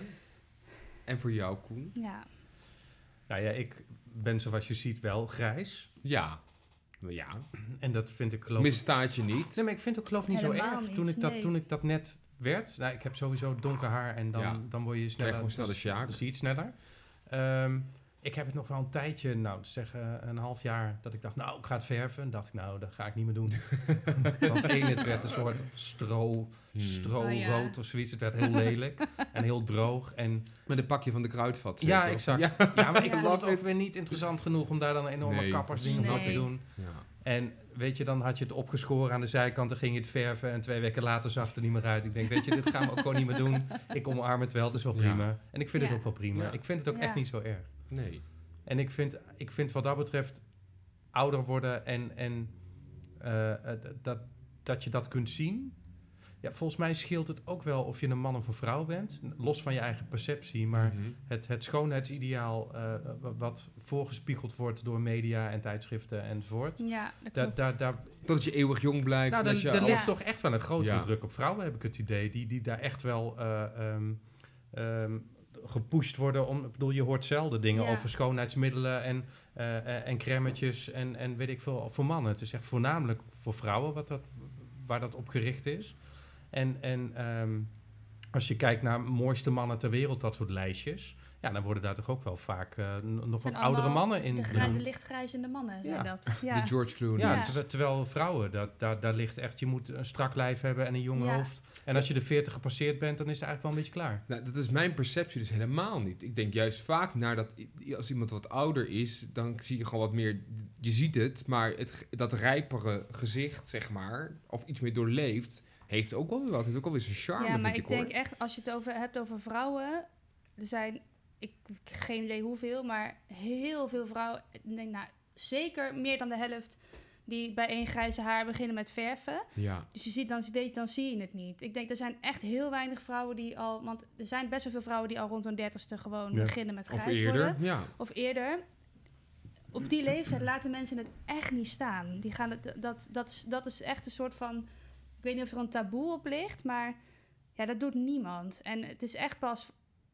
Speaker 3: En voor jou, Koen?
Speaker 2: Ja.
Speaker 4: Nou ja, ik ben zoals je ziet wel grijs.
Speaker 3: Ja. Ja.
Speaker 4: En dat vind ik geloof...
Speaker 3: Misstaat je niet?
Speaker 4: Nee, maar ik vind het ook geloof niet
Speaker 2: Helemaal
Speaker 4: zo erg.
Speaker 2: niet,
Speaker 4: Toen ik, dat,
Speaker 2: nee.
Speaker 4: toen ik dat net werd... Nou, ik heb sowieso donker haar en dan,
Speaker 3: Ja.
Speaker 4: dan word je sneller...
Speaker 3: gewoon sneller sjaak.
Speaker 4: Dan zie je het sneller. Um, ik heb het nog wel een tijdje, nou zeggen een half jaar, dat ik dacht, nou, ik ga het verven. En dacht ik, nou, dat ga ik niet meer doen. Want één, het werd een soort stro, stro-rood
Speaker 2: oh, ja.
Speaker 4: of zoiets. Het werd heel lelijk en heel droog. En
Speaker 3: met een pakje van de kruidvat.
Speaker 4: Ja,
Speaker 3: zeker.
Speaker 4: exact.
Speaker 3: Ja.
Speaker 4: ja, maar ik
Speaker 2: Ja.
Speaker 4: vond het ook weer niet interessant genoeg om daar dan een enorme
Speaker 3: Nee,
Speaker 4: kappersdingen
Speaker 2: nee.
Speaker 4: van te doen.
Speaker 3: Ja.
Speaker 4: En weet je, dan had je het opgeschoren aan de zijkant, dan ging je het verven en twee weken later zag het er niet meer uit. Ik denk, weet je, dit gaan we ook gewoon niet meer doen. Ik omarm het wel, het is wel prima. Ja. En ik vind
Speaker 2: Ja.
Speaker 4: het ook wel prima.
Speaker 3: Ja.
Speaker 4: Ik vind het ook
Speaker 2: Ja.
Speaker 4: echt niet zo erg.
Speaker 3: Nee.
Speaker 4: En ik vind, ik vind wat dat betreft ouder worden en, en uh, uh, dat, dat je dat kunt zien. Ja, volgens mij scheelt het ook wel of je een man of een vrouw bent. Los van je eigen perceptie. Maar
Speaker 3: Mm-hmm.
Speaker 4: het, het schoonheidsideaal uh, wat voorgespiegeld wordt door media en tijdschriften enzovoort.
Speaker 2: Ja, dat
Speaker 4: Da,
Speaker 2: klopt.
Speaker 4: da, da,
Speaker 3: Dat je eeuwig jong blijft.
Speaker 4: nou,
Speaker 3: dat
Speaker 4: er,
Speaker 3: je
Speaker 4: er
Speaker 3: al-
Speaker 4: ligt
Speaker 2: Ja.
Speaker 4: toch echt wel een grotere
Speaker 3: Ja.
Speaker 4: druk op vrouwen, heb ik het idee. Die, die daar echt wel uh, um, um, gepusht worden. Om, ik bedoel, je hoort zelden dingen
Speaker 2: Ja.
Speaker 4: over schoonheidsmiddelen en, uh, uh, en crèmetjes en, en weet ik veel voor mannen. Het is echt voornamelijk voor vrouwen wat dat, waar dat op gericht is. En, en um, als je kijkt naar mooiste mannen ter wereld, dat soort lijstjes, ja, dan worden daar toch ook wel vaak uh, nog wat
Speaker 2: Zijn
Speaker 4: oudere
Speaker 2: allemaal
Speaker 4: mannen in.
Speaker 2: De, grij- de lichtgrijzende mannen zijn
Speaker 4: Ja.
Speaker 2: dat. Ja.
Speaker 3: De George Clooney.
Speaker 4: Ja,
Speaker 2: Ja.
Speaker 4: terwijl, terwijl vrouwen, dat, daar, daar ligt echt, je moet een strak lijf hebben en een jong
Speaker 2: Ja.
Speaker 4: hoofd. En als je de veertig gepasseerd bent, dan is het eigenlijk wel een beetje klaar.
Speaker 3: Nou, dat is mijn perceptie dus helemaal niet. Ik denk juist vaak naar dat i- als iemand wat ouder is, dan zie je gewoon wat meer. Je ziet het, maar het, dat rijpere gezicht, zeg maar, of iets meer doorleefd, heeft ook wel weer wat. Heeft ook wel weer zijn charme.
Speaker 2: Ja, maar
Speaker 3: vind
Speaker 2: ik
Speaker 3: ik,
Speaker 2: denk
Speaker 3: hoor.
Speaker 2: echt, als je het over hebt over vrouwen, er zijn, ik heb geen idee hoeveel, maar heel veel vrouwen, ik denk nou, zeker meer dan de helft, die bij één grijze haar beginnen met verven.
Speaker 3: Ja.
Speaker 2: Dus je ziet, dan, weet, dan zie je het niet. Ik denk, er zijn echt heel weinig vrouwen die al, want er zijn best wel veel vrouwen die al rond hun dertigste gewoon
Speaker 4: Ja.
Speaker 2: beginnen met
Speaker 3: Of
Speaker 2: grijs
Speaker 3: eerder.
Speaker 2: worden.
Speaker 3: Ja.
Speaker 2: Of eerder. Op die leeftijd laten mensen het echt niet staan. Die gaan het, dat, dat, is, dat is echt een soort van, ik weet niet of er een taboe op ligt, maar ja, dat doet niemand. En het is echt pas,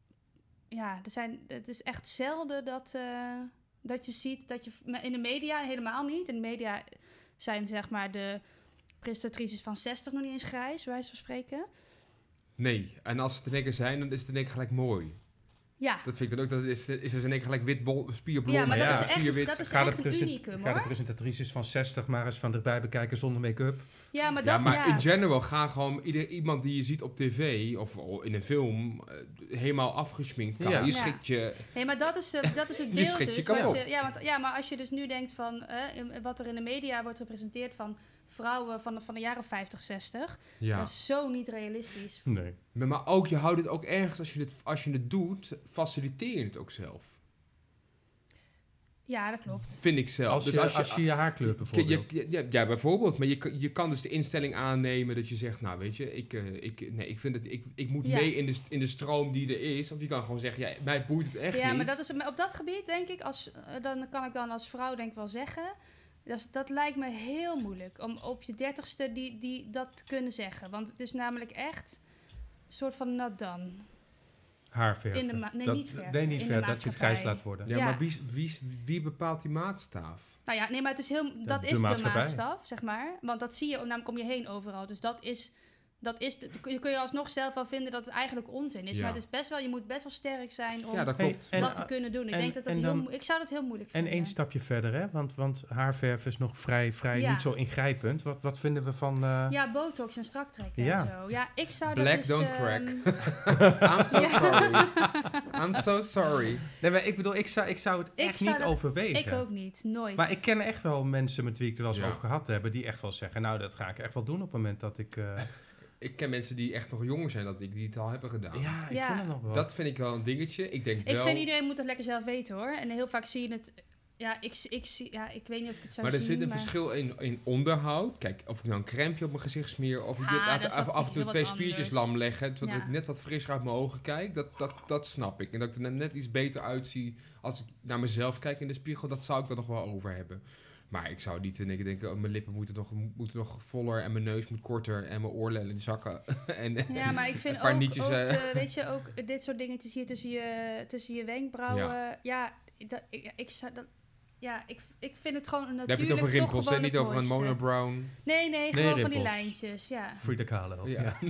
Speaker 2: ja, er zijn, het is echt zelden dat, uh, dat je ziet dat je, in de media helemaal niet. In de media zijn zeg maar de prestatrices van zestig nog niet eens grijs, bij wijze van spreken.
Speaker 3: Nee, en als het in één keer zijn, dan is het in één keer gelijk mooi.
Speaker 2: Ja,
Speaker 3: Dat vind ik dan ook, dat is, is er in één keer gelijk wit, bol, spierblond.
Speaker 2: ja maar dat
Speaker 4: ja,
Speaker 2: is echt,
Speaker 3: spierwit.
Speaker 2: dat is
Speaker 4: Ga de,
Speaker 2: echt een
Speaker 4: present-
Speaker 2: unicum,
Speaker 4: ga de
Speaker 2: hoor.
Speaker 4: presentatrices van zestig maar eens van dichtbij bekijken zonder make-up.
Speaker 2: Ja, maar
Speaker 3: Ja,
Speaker 2: dat,
Speaker 3: maar
Speaker 2: ja.
Speaker 3: in general ga gewoon ieder, iemand die je ziet op tv of in een film uh, helemaal afgeschminkt. Kan.
Speaker 4: Ja.
Speaker 3: Je
Speaker 2: Ja.
Speaker 3: schikt je...
Speaker 2: Nee, maar dat is, uh, dat is het
Speaker 3: Je
Speaker 2: beeld
Speaker 3: schrikt je
Speaker 2: dus.
Speaker 3: kapot.
Speaker 2: Als je, ja, want, ja, maar als je dus nu denkt van uh, in- wat er in de media wordt gepresenteerd van vrouwen van de, van de jaren vijftig, zestig.
Speaker 3: Ja.
Speaker 2: Dat is zo niet realistisch.
Speaker 4: Nee.
Speaker 3: Maar, maar ook, je houdt het ook ergens, als je het, als je het doet, faciliteer je het ook zelf.
Speaker 2: Ja, dat klopt.
Speaker 3: Vind ik zelf.
Speaker 4: Als,
Speaker 3: dus
Speaker 4: je,
Speaker 3: als je,
Speaker 4: als je je haarkleur bijvoorbeeld.
Speaker 3: Je, je- ja, ja, bijvoorbeeld. Maar je, kan- je kan dus de instelling aannemen dat je zegt, nou weet je, ik, uh, ik, nee, ik, vind het, ik, ik moet
Speaker 2: Ja.
Speaker 3: mee in de, st- in de stroom die er is. Of je kan gewoon zeggen, ja, mij boeit het echt
Speaker 2: Ja,
Speaker 3: niet.
Speaker 2: maar dat is, op dat gebied denk ik, als, uh, dan kan ik dan als vrouw denk ik wel zeggen, dat, is- dat lijkt me heel moeilijk om op je dertigste die, die, dat te kunnen zeggen. Want het is namelijk echt een soort van not done.
Speaker 4: Haar verven.
Speaker 2: In de ma- nee,
Speaker 4: dat,
Speaker 2: niet verven.
Speaker 4: Nee, niet
Speaker 2: In de
Speaker 4: verven. Dat je het
Speaker 2: maatschappij.
Speaker 4: grijs laat worden.
Speaker 3: Ja,
Speaker 2: Ja.
Speaker 3: maar wie, wie, wie bepaalt die maatstaaf?
Speaker 2: Nou ja, nee, maar het is heel, dat
Speaker 4: de
Speaker 2: is de
Speaker 4: maatschappij.
Speaker 2: maatstaf, zeg maar. Want dat zie je namelijk om je heen overal. Dus dat is dat is, de, kun je kun je alsnog zelf wel vinden dat het eigenlijk onzin is.
Speaker 3: Ja.
Speaker 2: Maar het is best wel, je moet best wel sterk zijn om
Speaker 3: Ja, dat
Speaker 4: Hey,
Speaker 3: klopt.
Speaker 4: en-
Speaker 2: dat te kunnen doen. Ik
Speaker 4: en-
Speaker 2: denk dat dat
Speaker 4: en
Speaker 2: heel,
Speaker 4: dan-
Speaker 2: mo- ik zou dat heel moeilijk
Speaker 4: En
Speaker 2: vinden.
Speaker 4: één stapje verder, hè? Want, want haarverf is nog vrij, vrij
Speaker 2: Ja.
Speaker 4: niet zo ingrijpend. Wat, wat vinden we van... eh,
Speaker 2: Ja, botox en strak trekken
Speaker 4: Ja.
Speaker 2: en zo. Ja, ik zou
Speaker 3: Black
Speaker 2: dat dus...
Speaker 3: don't
Speaker 2: ehm,
Speaker 3: I'm so
Speaker 2: Ja.
Speaker 3: sorry. I'm so sorry.
Speaker 4: Nee, maar ik bedoel, ik zou, ik zou het
Speaker 2: Ik
Speaker 4: echt
Speaker 2: zou
Speaker 4: niet
Speaker 2: dat-
Speaker 4: overwegen.
Speaker 2: ik ook niet, nooit.
Speaker 4: Maar ik ken echt wel mensen met wie ik het wel eens
Speaker 3: Ja.
Speaker 4: over gehad heb, die echt wel zeggen, nou, dat ga ik echt wel doen op het moment dat ik... eh,
Speaker 3: Ik ken mensen die echt nog jonger zijn dan ik, die het al hebben gedaan.
Speaker 4: ja, ik
Speaker 2: Ja.
Speaker 4: vind het nog wel.
Speaker 3: Dat vind ik wel een dingetje. Ik denk
Speaker 2: Ik
Speaker 3: wel...
Speaker 2: vind iedereen moet het lekker zelf weten hoor. En heel vaak zie je het... Ja, ik, ik, zie, ja, ik weet niet of ik het zou
Speaker 3: Maar er
Speaker 2: zien.
Speaker 3: zit een
Speaker 2: maar...
Speaker 3: verschil in, in onderhoud. Kijk, of ik nou een crème op mijn gezicht smeer... of ik
Speaker 2: Ah,
Speaker 3: dit-
Speaker 2: dat
Speaker 3: laat
Speaker 2: is
Speaker 3: af,
Speaker 2: wat-
Speaker 3: af en toe
Speaker 2: heel
Speaker 3: twee
Speaker 2: wat
Speaker 3: spiertjes
Speaker 2: anders.
Speaker 3: lam leggen... terwijl
Speaker 2: Ja.
Speaker 3: ik net wat frisser uit mijn ogen kijk. Dat, dat, dat snap ik. En dat ik er net- net iets beter uitzie... als ik naar mezelf kijk in de spiegel... dat zou ik er nog wel over hebben. Maar ik zou niet in één keer denken... Oh, mijn lippen moeten nog, moeten nog voller... en mijn neus moet korter... en mijn oorlellen zakken. en,
Speaker 2: Ja, maar ik vind
Speaker 3: een paar
Speaker 2: ook,
Speaker 3: nietjes,
Speaker 2: ook
Speaker 3: eh.
Speaker 2: de- weet je, ook dit soort dingetjes hier tussen je, tussen je wenkbrauwen. Ja,
Speaker 3: Ja.
Speaker 2: dat, ik, ik zou dat... Ja, ik, ik vind het gewoon een
Speaker 3: Dan heb je
Speaker 2: natuurlijk
Speaker 3: het over
Speaker 2: toch
Speaker 3: rimpels, hè?
Speaker 2: gewoon
Speaker 3: Niet
Speaker 2: het
Speaker 3: over een
Speaker 2: mooiste.
Speaker 3: monobrown.
Speaker 2: Nee, nee, gewoon van die
Speaker 4: rimpels.
Speaker 2: lijntjes, ja.
Speaker 4: Frida Kahlo.
Speaker 3: Ja.
Speaker 4: Ja.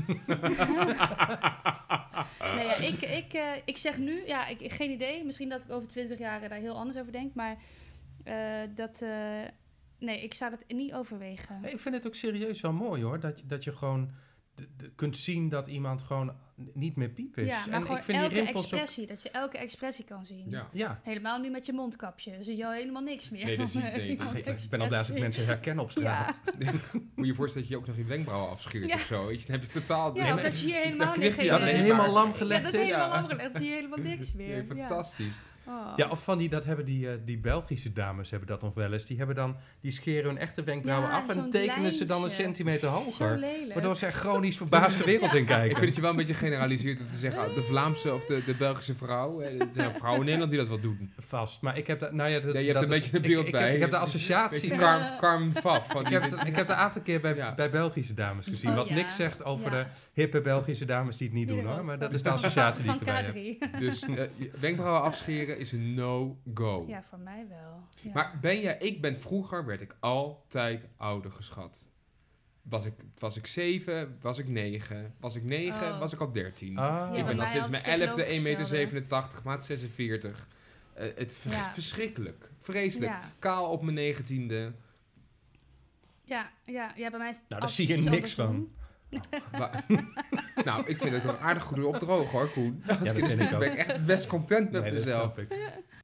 Speaker 2: Nee, ja, ik, ik, eh, ik zeg nu, ja, ik, ik- geen idee. Misschien dat ik over twintig jaar daar heel anders over denk. Maar eh, dat... eh, nee, ik zou dat niet overwegen.
Speaker 4: Nee, ik vind het ook serieus wel mooi hoor, dat je, dat je gewoon d- d- kunt zien dat iemand gewoon niet meer piep is.
Speaker 2: Ja, maar
Speaker 4: en
Speaker 2: gewoon
Speaker 4: ik vind
Speaker 2: elke
Speaker 4: die rimpels ook...
Speaker 2: expressie, dat je elke expressie kan zien.
Speaker 3: Ja.
Speaker 4: Ja,
Speaker 2: Helemaal nu met je mondkapje. Zie je helemaal niks meer.
Speaker 3: Nee, dat
Speaker 2: van,
Speaker 3: zie ik-
Speaker 2: eh,
Speaker 3: nee,
Speaker 2: iemands
Speaker 4: ik ben al blij als ik
Speaker 2: expressie.
Speaker 4: mensen herken op straat.
Speaker 2: Ja,
Speaker 3: Moet je je voorstellen dat je ook nog je wenkbrauwen afscheert
Speaker 2: Ja.
Speaker 3: of zo. Weet je, dan heb je totaal...
Speaker 2: ja, of dat je hier helemaal
Speaker 3: knip
Speaker 2: niet...
Speaker 3: je
Speaker 2: geen-
Speaker 4: Dat het
Speaker 3: alleen
Speaker 4: helemaal
Speaker 3: maar.
Speaker 4: lam
Speaker 2: Ja,
Speaker 4: gelegd
Speaker 2: dat
Speaker 4: is.
Speaker 2: helemaal
Speaker 3: Ja.
Speaker 2: afgelegd. zie je helemaal niks meer.
Speaker 3: Nee,
Speaker 2: Ja.
Speaker 3: fantastisch.
Speaker 2: Oh.
Speaker 4: Ja, of van die, dat hebben die, eh, die Belgische dames hebben dat nog wel eens. Die hebben dan, die scheren hun echte wenkbrauwen
Speaker 2: Ja,
Speaker 4: af en
Speaker 2: zo'n
Speaker 4: tekenen ze dan een
Speaker 2: lijntje.
Speaker 4: centimeter
Speaker 2: Zo
Speaker 4: hoger.
Speaker 2: lelijk.
Speaker 4: Waardoor ze er chronisch verbaasd de wereld in
Speaker 3: Ik
Speaker 4: kijken.
Speaker 3: vind het je wel een beetje generaliseerd om te zeggen, oh, de Vlaamse of de, de Belgische vrouw. eh, Er zijn vrouwen in Nederland die dat wel doen.
Speaker 4: Vast. Maar ik heb daar, nou ja, dat,
Speaker 3: Ja, je hebt
Speaker 4: dat
Speaker 3: een
Speaker 4: is-
Speaker 3: beetje een
Speaker 4: ik-
Speaker 3: beeld
Speaker 4: ik,
Speaker 3: bij.
Speaker 4: Heb, ik heb de
Speaker 3: Weet
Speaker 4: associatie.
Speaker 3: je,
Speaker 2: Ja.
Speaker 3: Carm, Carm Faf. Van
Speaker 4: Ik
Speaker 3: die,
Speaker 4: heb, het, ik heb het een aantal keer bij,
Speaker 3: Ja.
Speaker 4: bij Belgische dames gezien.
Speaker 2: Oh,
Speaker 4: wat
Speaker 2: ja.
Speaker 4: niks zegt over
Speaker 2: Ja.
Speaker 4: de hippe Belgische dames die het niet
Speaker 2: Die
Speaker 4: doen
Speaker 2: er
Speaker 4: hoor.
Speaker 2: ook
Speaker 4: Maar
Speaker 2: van-
Speaker 4: dat is de associatie die
Speaker 2: van
Speaker 4: ik erbij
Speaker 2: K
Speaker 4: heb.
Speaker 2: drie.
Speaker 3: dus eh, je wenkbrauwen afscheren is een no-go.
Speaker 2: Ja, voor mij wel. Ja.
Speaker 3: Maar ben je, ik ben vroeger, werd ik altijd ouder geschat. Was ik, was ik zeven, was ik negen, was ik negen,
Speaker 2: Oh.
Speaker 3: was ik al dertien.
Speaker 4: Ah.
Speaker 2: Ja,
Speaker 3: ik
Speaker 2: bij
Speaker 3: ben al
Speaker 2: mij
Speaker 3: sinds
Speaker 2: als
Speaker 3: mijn
Speaker 2: het
Speaker 3: elfde één meter
Speaker 2: tegenovergestelde.
Speaker 3: zevenentachtig, maat zesenveertig. Eh, het ver-
Speaker 2: Ja.
Speaker 3: verschrikkelijk, vreselijk.
Speaker 2: Ja.
Speaker 3: Kaal op mijn negentiende.
Speaker 2: Ja, ja, ja, bij mij is het
Speaker 4: Nou, daar
Speaker 2: al
Speaker 4: zie je
Speaker 2: precies
Speaker 4: niks
Speaker 2: andersom.
Speaker 3: Wa- nou, ik vind het wel aardig goed opdroog hoor, Koen. Als
Speaker 4: dat
Speaker 3: ik in de
Speaker 4: vind ik
Speaker 3: spiegel ben
Speaker 4: ook.
Speaker 3: ik echt best content met
Speaker 4: Nee, dat
Speaker 3: mezelf.
Speaker 4: snap ik.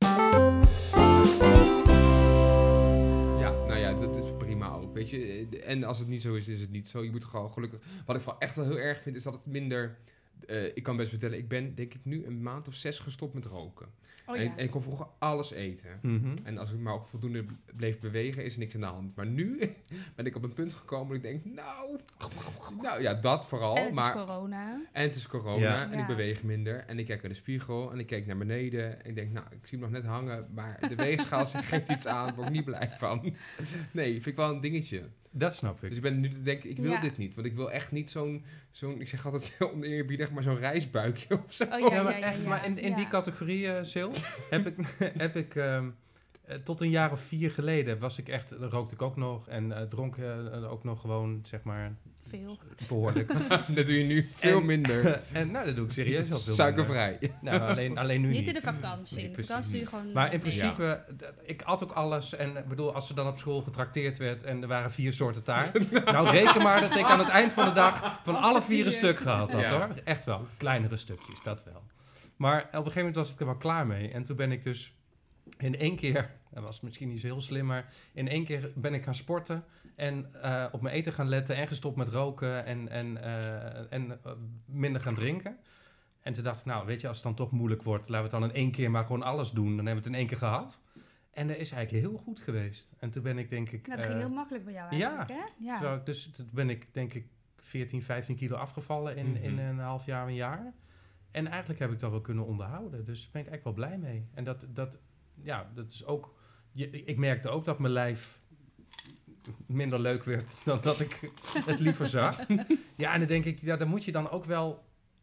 Speaker 3: Ja, nou ja, dat is prima ook, weet je. En als het niet zo is, is het niet zo. Je moet gewoon gelukkig... Wat ik wel echt wel heel erg vind, is dat het minder... eh, ik kan best vertellen, ik ben denk ik nu een maand of zes gestopt met roken.
Speaker 2: Oh
Speaker 3: en,
Speaker 2: ja.
Speaker 3: en ik kon vroeger alles eten.
Speaker 4: Mhm.
Speaker 3: En als ik maar ook voldoende bleef bewegen, is er niks aan de hand. Maar nu ben ik op een punt gekomen dat ik denk, nou... Nou ja, dat vooral.
Speaker 2: En het
Speaker 3: maar,
Speaker 2: is corona.
Speaker 3: en het is corona
Speaker 4: Ja.
Speaker 3: en
Speaker 2: Ja.
Speaker 3: ik beweeg minder. En ik kijk in de spiegel en ik kijk naar beneden. En ik denk, nou, ik zie hem nog net hangen. Maar de weegschaal geeft iets aan, daar word ik niet blij van. Nee, vind ik wel een dingetje.
Speaker 4: Dat snap ik.
Speaker 3: Dus ik ben nu denk ik, ik wil
Speaker 2: Ja.
Speaker 3: dit niet. Want ik wil echt niet zo'n, zo'n ik zeg altijd oneerbiedig, maar zo'n reisbuikje of zo.
Speaker 2: Oh
Speaker 4: Ja,
Speaker 2: ja,
Speaker 4: maar,
Speaker 2: ja, ja,
Speaker 4: echt,
Speaker 2: ja.
Speaker 4: maar in, in
Speaker 2: Ja.
Speaker 4: die categorie, eh Sil, heb ik, heb ik ehm, eh, tot een jaar of vier geleden was ik echt, rookte ik ook nog en eh, dronk eh, ook nog gewoon, zeg maar,
Speaker 2: Veel.
Speaker 4: behoorlijk.
Speaker 3: Dat doe je nu veel
Speaker 4: En-
Speaker 3: minder.
Speaker 4: en nou, dat doe ik serieus al veel minder.
Speaker 3: Suikervrij.
Speaker 4: Nou, alleen, alleen nu niet.
Speaker 2: Niet in de vakantie.
Speaker 4: Nee,
Speaker 2: in de
Speaker 4: precies.
Speaker 2: vakantie doe je gewoon...
Speaker 4: Maar in
Speaker 2: nee.
Speaker 4: principe, d- ik at ook alles. En ik bedoel, als er dan op school getrakteerd werd en er waren vier soorten taart. nou, reken maar dat ik aan het eind van de dag van alle vier een stuk gehad had,
Speaker 3: Ja.
Speaker 4: hoor. Echt wel. Kleinere stukjes, dat wel. Maar op een gegeven moment was ik er wel klaar mee. En toen ben ik dus in één keer, dat was misschien niet zo heel slim, maar in één keer ben ik gaan sporten. En eh, op mijn eten gaan letten en gestopt met roken en, en, eh, en eh, minder gaan drinken. En toen dacht ik, nou weet je, als het dan toch moeilijk wordt, laten we het dan in één keer maar gewoon alles doen. Dan hebben we het in één keer gehad. En dat is eigenlijk heel goed geweest. En toen ben ik denk ik...
Speaker 2: Nou, dat ging
Speaker 4: eh,
Speaker 2: heel makkelijk bij jou
Speaker 4: ja.
Speaker 2: eigenlijk, hè? Ja.
Speaker 4: terwijl ik dus, toen ben ik denk ik veertien, vijftien kilo afgevallen in,
Speaker 3: Mhm.
Speaker 4: in een half jaar, een jaar. En eigenlijk heb ik dat wel kunnen onderhouden. Dus daar ben ik eigenlijk wel blij mee. En dat, dat, ja, dat is ook... Je, ik merkte ook dat mijn lijf minder leuk werd dan dat ik het liever zag. Ja, en dan denk ik, ja, dan moet je dan ook wel...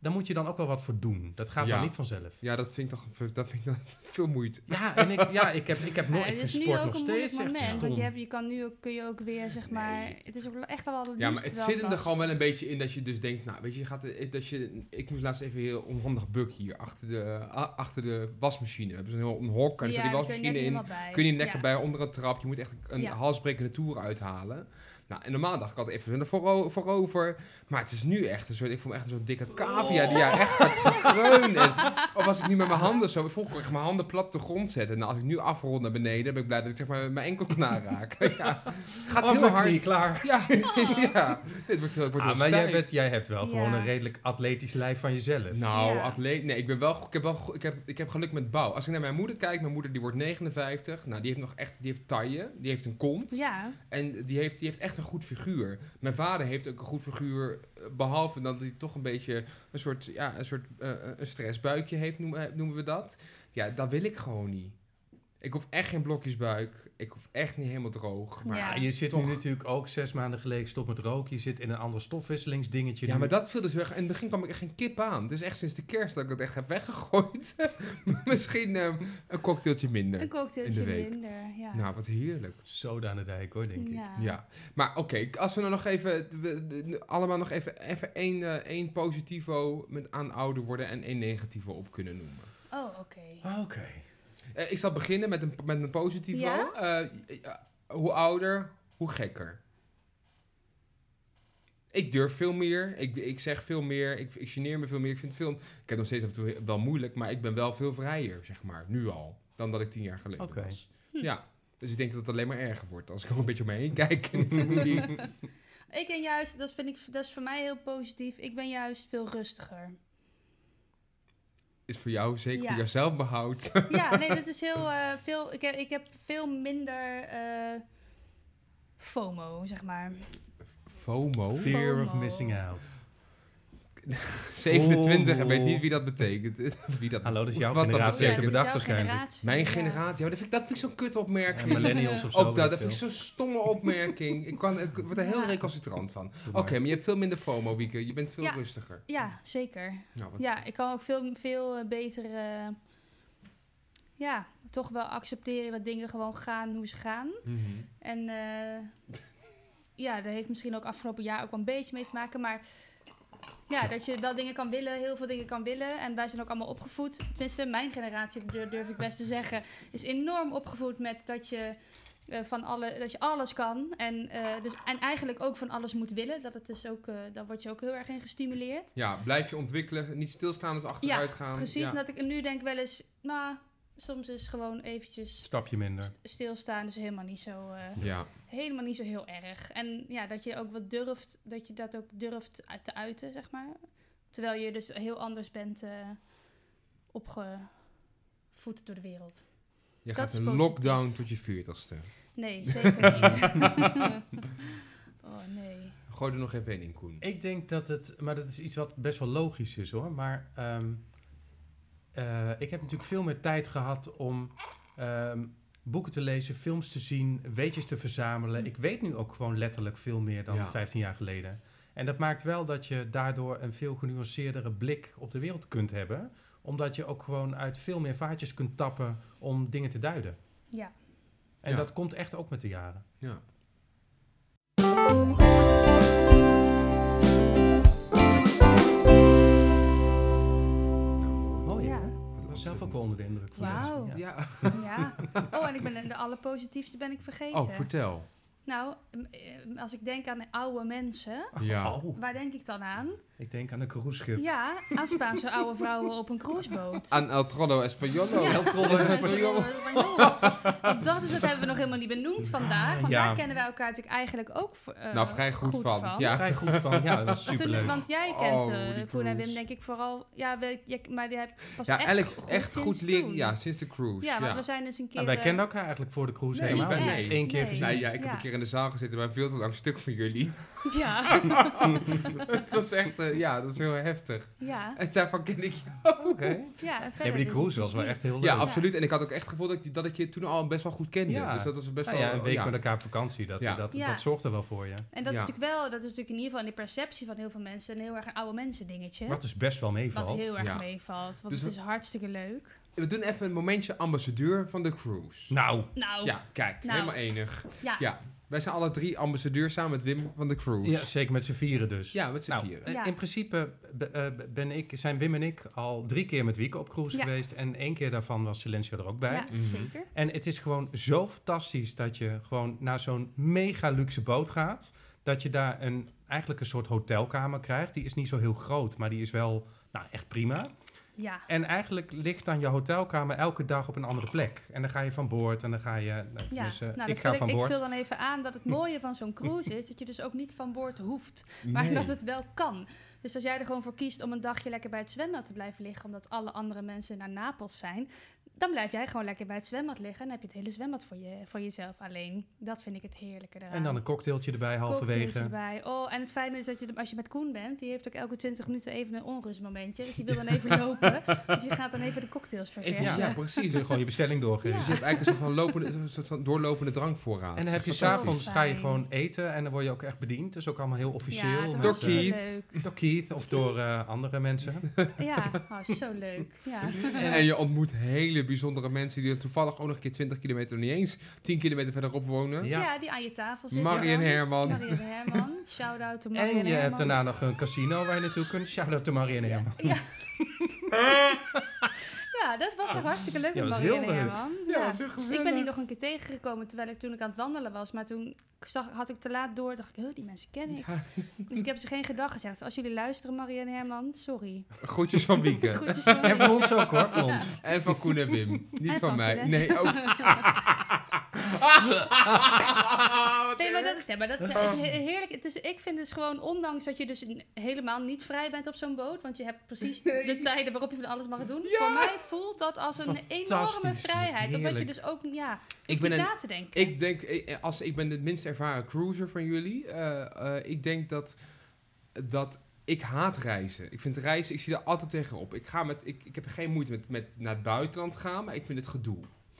Speaker 4: daar moet je dan ook wel wat voor doen. Dat gaat
Speaker 3: Ja.
Speaker 4: dan niet vanzelf.
Speaker 3: Ja, dat vind ik toch dat vind ik dan veel moeite.
Speaker 4: Ja, en ik, ja, ik heb, ik heb
Speaker 2: Ja,
Speaker 4: nooit,
Speaker 2: het
Speaker 4: ik
Speaker 2: is
Speaker 4: vind
Speaker 2: nu
Speaker 4: sport
Speaker 2: ook
Speaker 4: nog
Speaker 2: een moeilijk
Speaker 4: steeds echt
Speaker 2: moment.
Speaker 4: stom.
Speaker 2: Want je, hebt, je kan nu ook, kun je ook weer, zeg maar... Het is ook echt wel wat
Speaker 3: Ja, maar het
Speaker 2: wel
Speaker 3: zit er
Speaker 2: vast.
Speaker 3: gewoon wel een beetje in dat je dus denkt, nou, weet je, je gaat, eh, dat je, ik moest laatst even heel onhandig buk hier achter de, a- achter de wasmachine. We hebben zo'n heel een hok en er
Speaker 2: Ja,
Speaker 3: zit die
Speaker 2: daar kun je net
Speaker 3: wasmachine in.
Speaker 2: helemaal bij.
Speaker 3: Kun je niet lekker
Speaker 2: Ja.
Speaker 3: bij onder een trap. Je moet echt een
Speaker 2: Ja.
Speaker 3: halsbrekende toer uithalen. Nou, en normaal dacht ik altijd even er vooro- voorover. Maar het is nu echt een soort, ik voel me echt een soort dikke cavia die daar echt gaat gekreunen. En, of als ik nu met mijn handen zo, vroeger kon ik mijn handen plat op de grond zetten. En als ik nu afrol naar beneden, ben ik blij dat ik zeg maar mijn enkel knaar raak. Ja, het gaat
Speaker 4: Oh,
Speaker 3: heel
Speaker 4: mijn
Speaker 3: hard.
Speaker 4: knie, klaar.
Speaker 3: Ja, ja. Dit wordt, heel- wordt
Speaker 4: Ah,
Speaker 3: heel
Speaker 4: maar jij,
Speaker 3: stijf.
Speaker 4: bent, jij hebt wel
Speaker 2: Ja.
Speaker 4: gewoon een redelijk atletisch lijf van jezelf.
Speaker 3: Nou,
Speaker 2: Ja.
Speaker 3: atleet. Nee, ik ben wel. Ik heb wel. go- Ik heb, ik heb geluk met bouw. Als ik naar mijn moeder kijk, mijn moeder die wordt negenenvijftig. Nou, die heeft nog echt. Die heeft taille. Die heeft een kont.
Speaker 2: Ja,
Speaker 3: En die heeft, die heeft echt een goed figuur. Mijn vader heeft ook een goed figuur. eh, Behalve dat hij toch een beetje een soort. Ja, een soort. eh, een stressbuikje heeft, noemen, noemen we dat. Ja, dat wil ik gewoon niet. Ik hoef echt geen blokjesbuik. Ik hoef echt niet helemaal droog. Maar
Speaker 2: Ja.
Speaker 4: Ja, je zit
Speaker 3: Toch.
Speaker 4: nu natuurlijk ook zes maanden geleden gestopt met roken. Je zit in een ander stofwisselingsdingetje.
Speaker 3: Ja,
Speaker 4: nu.
Speaker 3: maar dat viel dus weg. In het begin kwam ik echt geen kip aan. Het is echt sinds de kerst dat ik het echt heb weggegooid. Misschien eh, een cocktailtje minder.
Speaker 2: een cocktailtje
Speaker 3: in de week.
Speaker 2: minder. Ja.
Speaker 3: Nou, wat heerlijk.
Speaker 4: Soda aan de dijk hoor, denk ik.
Speaker 2: ja.
Speaker 3: Ja. Maar oké, als we nou nog even... we- we- allemaal nog even, even één, eh, één positivo met aan ouder worden en één negativo op kunnen noemen.
Speaker 2: Oh, oké.
Speaker 4: Ah, Oké.
Speaker 3: Eh, ik zal beginnen met een, met een positivo.
Speaker 2: Ja?
Speaker 3: Eh, ja, hoe ouder, hoe gekker. Ik durf veel meer. Ik, ik zeg veel meer. Ik, ik geneer me veel meer. Ik vind film... Ik heb nog steeds af en toe wel moeilijk, maar ik ben wel veel vrijer, zeg maar. Nu al. Dan dat ik tien jaar geleden
Speaker 4: Oké.
Speaker 3: was.
Speaker 2: Hm.
Speaker 3: Ja. Dus ik denk dat het alleen maar erger wordt. Als ik ook een beetje om me heen kijk in de familie.
Speaker 2: Ik ben juist, dat vind ik, dat is voor mij heel positief. Ik ben juist veel rustiger.
Speaker 3: Is voor jou zeker
Speaker 2: Ja.
Speaker 3: voor jouw zelfbehoud.
Speaker 2: Ja, nee, dat is heel eh, veel. Ik heb, ik heb veel minder eh, FOMO, zeg maar.
Speaker 3: FOMO.
Speaker 4: Fear of
Speaker 2: FOMO.
Speaker 4: missing out.
Speaker 3: zevenentwintig en
Speaker 4: FOMO.
Speaker 3: weet niet wie dat betekent. wie dat,
Speaker 4: Hallo, dat is jouw
Speaker 3: wat dat
Speaker 4: generatie.
Speaker 2: Ja,
Speaker 4: heeft
Speaker 3: betekent.
Speaker 4: het
Speaker 2: dat is
Speaker 4: bedacht
Speaker 2: jouw
Speaker 4: waarschijnlijk.
Speaker 2: generatie,
Speaker 3: Mijn
Speaker 2: ja.
Speaker 3: generatie, ja, dat vind ik, dat vind ik zo'n kut
Speaker 4: En
Speaker 3: opmerking.
Speaker 4: millennials of zo.
Speaker 3: Ook dat,
Speaker 4: weet
Speaker 3: dat vind ik
Speaker 4: veel.
Speaker 3: zo'n stomme opmerking. Ik, kan, ik word er heel
Speaker 2: Ja.
Speaker 3: recalcitrant van.
Speaker 4: Doe
Speaker 3: Oké,
Speaker 4: maar.
Speaker 3: maar je hebt veel minder FOMO, Wieke. Je bent veel
Speaker 2: Ja.
Speaker 3: rustiger.
Speaker 2: Ja, zeker.
Speaker 3: Nou, wat,
Speaker 2: Ja, ik kan ook veel, veel eh, beter... eh, ja, toch wel accepteren dat dingen gewoon gaan hoe ze gaan.
Speaker 3: Mhm.
Speaker 2: En eh, ja, dat heeft misschien ook afgelopen jaar ook wel een beetje mee te maken. Maar ja, dat je wel dingen kan willen, heel veel dingen kan willen. En wij zijn ook allemaal opgevoed. Tenminste, mijn generatie, dur- durf ik best te zeggen, is enorm opgevoed met dat je, eh, van alle, dat je alles kan. En, eh, dus, en eigenlijk ook van alles moet willen. Dat het dus ook, eh, daar word je ook heel erg in gestimuleerd.
Speaker 3: Ja, blijf je ontwikkelen. Niet stilstaan, dus achteruit gaan.
Speaker 2: Precies,
Speaker 3: Ja.
Speaker 2: en dat ik nu denk wel eens, nou, soms is gewoon eventjes
Speaker 4: Stapje minder.
Speaker 2: st- stilstaan is helemaal niet zo... eh,
Speaker 3: Ja.
Speaker 2: helemaal niet zo heel erg. En ja, dat je ook wat durft, dat je dat ook durft uit te uiten, zeg maar. Terwijl je dus heel anders bent uh, opgevoed door de wereld.
Speaker 3: Je
Speaker 2: Dat
Speaker 3: gaat
Speaker 2: is
Speaker 3: een
Speaker 2: positief.
Speaker 3: lockdown tot je veertigste.
Speaker 2: Nee, zeker niet. Oh nee.
Speaker 3: Gooi er nog even één in, Koen.
Speaker 4: Ik denk dat het, maar dat is iets wat best wel logisch is hoor. Maar ehm, eh, ik heb natuurlijk veel meer tijd gehad om ehm, boeken te lezen, films te zien, weetjes te verzamelen. Ik weet nu ook gewoon letterlijk veel meer dan
Speaker 3: Ja.
Speaker 4: vijftien jaar geleden. En dat maakt wel dat je daardoor een veel genuanceerdere blik op de wereld kunt hebben. Omdat je ook gewoon uit veel meer vaatjes kunt tappen om dingen te duiden.
Speaker 2: Ja.
Speaker 4: En
Speaker 3: Ja.
Speaker 4: dat komt echt ook met de jaren.
Speaker 3: Ja.
Speaker 4: Mooi
Speaker 2: Ja.
Speaker 4: hè? Ik was zelf ook wel onder de indruk van
Speaker 2: Wauw.
Speaker 4: deze. Ja.
Speaker 3: Ja.
Speaker 2: Ja. Oh, en ik ben de allerpositiefste ben ik vergeten.
Speaker 3: Oh, vertel.
Speaker 2: Nou, m- eh, als ik denk aan oude mensen,
Speaker 3: Ja.
Speaker 4: Oh,
Speaker 2: waar denk ik dan aan?
Speaker 4: ik denk aan een cruiseschip.
Speaker 2: Ja, aan Spaanse oude vrouwen op een cruiseboot.
Speaker 3: Aan El Trollo Españolo.
Speaker 2: Ja.
Speaker 3: El Trollo Españolo.
Speaker 2: Want dat, is, dat hebben we nog helemaal niet benoemd vandaag. Want
Speaker 4: Ja.
Speaker 2: daar kennen wij elkaar natuurlijk eigenlijk ook uh,
Speaker 3: Nou, vrij goed van. Ja.
Speaker 4: Vrij goed van. Ja, dat was
Speaker 2: Toen,
Speaker 4: superleuk.
Speaker 2: want jij
Speaker 3: Oh,
Speaker 2: kent
Speaker 3: die
Speaker 2: uh, Koen en Wim
Speaker 3: cruise.
Speaker 2: denk ik vooral... Ja, we, je, maar die heb pas
Speaker 3: Ja,
Speaker 2: echt,
Speaker 3: eigenlijk
Speaker 2: goed
Speaker 3: echt
Speaker 2: sinds
Speaker 3: goed leren.
Speaker 2: toen.
Speaker 3: Ja, sinds de cruise.
Speaker 2: Ja,
Speaker 3: Ja,
Speaker 2: want we zijn dus een keer...
Speaker 4: En wij
Speaker 2: uh,
Speaker 4: kennen elkaar eigenlijk voor de cruise
Speaker 3: Nee,
Speaker 4: helemaal
Speaker 3: niet
Speaker 4: niet.
Speaker 3: echt.
Speaker 4: Eén keer
Speaker 2: Nee.
Speaker 4: gezien.
Speaker 3: Nee, ja, ik heb
Speaker 2: Ja.
Speaker 3: een keer in de zaal gezeten bij een veel te lang stuk van jullie.
Speaker 2: Ja.
Speaker 3: Dat was echt, uh, ja, dat is heel heftig.
Speaker 2: Ja.
Speaker 3: En daarvan ken ik jou.
Speaker 4: Oké. Okay.
Speaker 2: Ja, en verder
Speaker 4: Ja, maar die
Speaker 2: dus
Speaker 4: cruise was wel
Speaker 2: niet.
Speaker 4: echt heel leuk.
Speaker 3: Ja,
Speaker 2: Ja.
Speaker 3: absoluut. En ik had ook echt het gevoel dat ik, dat ik je toen al best wel goed kende.
Speaker 4: Ja.
Speaker 3: Dus dat was best
Speaker 4: Nou
Speaker 3: wel...
Speaker 4: ja, een week
Speaker 3: ja.
Speaker 4: met elkaar op vakantie, dat,
Speaker 3: Ja.
Speaker 4: dat,
Speaker 2: Ja.
Speaker 4: dat zorgt er wel voor je.
Speaker 2: En dat is
Speaker 3: Ja.
Speaker 2: natuurlijk wel, dat is natuurlijk in ieder geval in de perceptie van heel veel mensen een heel erg een oude mensen dingetje.
Speaker 4: Wat dus best wel meevalt.
Speaker 2: Wat heel erg
Speaker 3: Ja.
Speaker 2: meevalt. Want
Speaker 3: Dus
Speaker 2: het
Speaker 3: we-
Speaker 2: is hartstikke leuk.
Speaker 3: We doen even een momentje ambassadeur van de cruise.
Speaker 4: Nou,
Speaker 2: Nou,
Speaker 3: Ja, kijk,
Speaker 2: Nou.
Speaker 3: helemaal enig.
Speaker 2: ja.
Speaker 3: Ja, wij zijn alle drie ambassadeurs samen met Wim van de cruise.
Speaker 4: ja, zeker met z'n vieren dus.
Speaker 3: Ja, met z'n
Speaker 4: Nou,
Speaker 3: vieren.
Speaker 4: eh,
Speaker 2: Ja.
Speaker 4: in principe be- eh, ben ik, zijn Wim en ik al drie keer met Wieke op cruise
Speaker 2: Ja.
Speaker 4: geweest. En één keer daarvan was Silencio er ook bij.
Speaker 2: Ja,
Speaker 3: Mhm.
Speaker 2: zeker.
Speaker 4: En het is gewoon zo fantastisch dat je gewoon naar zo'n mega luxe boot gaat. Dat je daar een, eigenlijk een soort hotelkamer krijgt. Die is niet zo heel groot, maar die is wel nou, echt prima.
Speaker 2: Ja.
Speaker 4: En eigenlijk ligt dan je hotelkamer elke dag op een andere plek. En dan ga je van boord en dan ga je... nou,
Speaker 2: Ja,
Speaker 4: dus, eh,
Speaker 2: nou, dan
Speaker 4: ik
Speaker 2: vul
Speaker 4: ga van
Speaker 2: ik, ik
Speaker 4: boord.
Speaker 2: vul dan even aan dat het mooie van zo'n cruise is dat je dus ook niet van boord hoeft, maar
Speaker 3: Nee.
Speaker 2: dat het wel kan. Dus als jij er gewoon voor kiest om een dagje lekker bij het zwembad te blijven liggen, omdat alle andere mensen naar Napels zijn, dan blijf jij gewoon lekker bij het zwembad liggen en dan heb je het hele zwembad voor, je, voor jezelf alleen. Dat vind ik het heerlijke eraan.
Speaker 4: En dan een cocktailtje erbij halverwege.
Speaker 2: Cocktailtje erbij. Oh, en het fijne is dat je, als je met Koen bent, die heeft ook elke twintig minuten even een onrustmomentje. Dus die wil dan even lopen. Dus je gaat dan even de cocktails
Speaker 3: Even,
Speaker 2: verversen.
Speaker 3: ja,
Speaker 4: Je
Speaker 3: precies.
Speaker 4: wil gewoon je bestelling doorgeven.
Speaker 3: Dus je hebt eigenlijk een soort van, lopende, een soort van doorlopende drankvoorraad.
Speaker 4: En dan heb je
Speaker 3: Dat is
Speaker 2: s'avonds-
Speaker 3: fantastisch.
Speaker 4: s'avonds ga je
Speaker 2: Fijn.
Speaker 4: gewoon eten en dan word je ook echt bediend. Dat is ook allemaal heel officieel.
Speaker 2: Ja,
Speaker 3: Door
Speaker 2: dat was zo
Speaker 3: Keith.
Speaker 2: leuk.
Speaker 4: Door Keith of door eh, andere mensen.
Speaker 2: Ja, oh, zo leuk. Ja.
Speaker 3: En je ontmoet hele bijzondere mensen die er toevallig ook nog een keer twintig kilometer, niet eens tien kilometer verderop wonen.
Speaker 4: Ja.
Speaker 2: Ja, die aan je tafel zitten.
Speaker 3: Marie en
Speaker 2: dan.
Speaker 3: Herman.
Speaker 2: Marie en Herman. Shout-out to Marie
Speaker 4: En
Speaker 2: en
Speaker 4: je hebt
Speaker 2: Herman.
Speaker 4: daarna nog een casino waar je naartoe kunt. Shout-out to Marie en Herman.
Speaker 2: Ja. Ja, dat was toch hartstikke leuk
Speaker 4: Ja,
Speaker 2: met
Speaker 4: was
Speaker 2: Marie
Speaker 4: heel
Speaker 2: en
Speaker 4: leuk.
Speaker 2: Herman.
Speaker 3: Ja,
Speaker 2: Ja.
Speaker 3: was heel gezellig.
Speaker 2: Ik ben die nog een keer tegengekomen terwijl ik toen ik aan het wandelen was. Maar toen zag, had ik te laat door. Dacht ik, oh, die mensen ken ik.
Speaker 3: Ja.
Speaker 2: Dus ik heb ze geen gedag gezegd. Dus als jullie luisteren, Marie en Herman, sorry.
Speaker 3: Groetjes van Wieke.
Speaker 2: Groetjes van
Speaker 4: En van ons ook hoor, van ons.
Speaker 3: En van Koen en Wim. Niet
Speaker 2: En
Speaker 3: van,
Speaker 2: van
Speaker 3: mij.
Speaker 2: Celeste.
Speaker 3: Nee, ook.
Speaker 2: Nee, maar dat is, nee, maar dat is echt he- heerlijk. Het is, ik vind dus gewoon, ondanks dat je dus n- helemaal niet vrij bent op zo'n boot, want je hebt precies
Speaker 3: Nee.
Speaker 2: de tijden waarop je van alles mag doen.
Speaker 3: Ja.
Speaker 2: Voor mij voelt dat als een enorme
Speaker 4: Fantastisch.
Speaker 2: vrijheid. Omdat je
Speaker 4: Heerlijk.
Speaker 2: dus ook, ja,
Speaker 3: Ik
Speaker 2: ik
Speaker 3: ben
Speaker 2: ben
Speaker 3: een-
Speaker 2: na te denken.
Speaker 3: Ik denk, eh, als ik ben de minst ervaren cruiser van jullie. eh, eh, ik denk dat, dat ik haat reizen. Ik vind reizen, ik zie er altijd tegenop. Ik, ga met, ik, ik heb geen moeite met, met naar het buitenland gaan, maar ik vind het gedoe.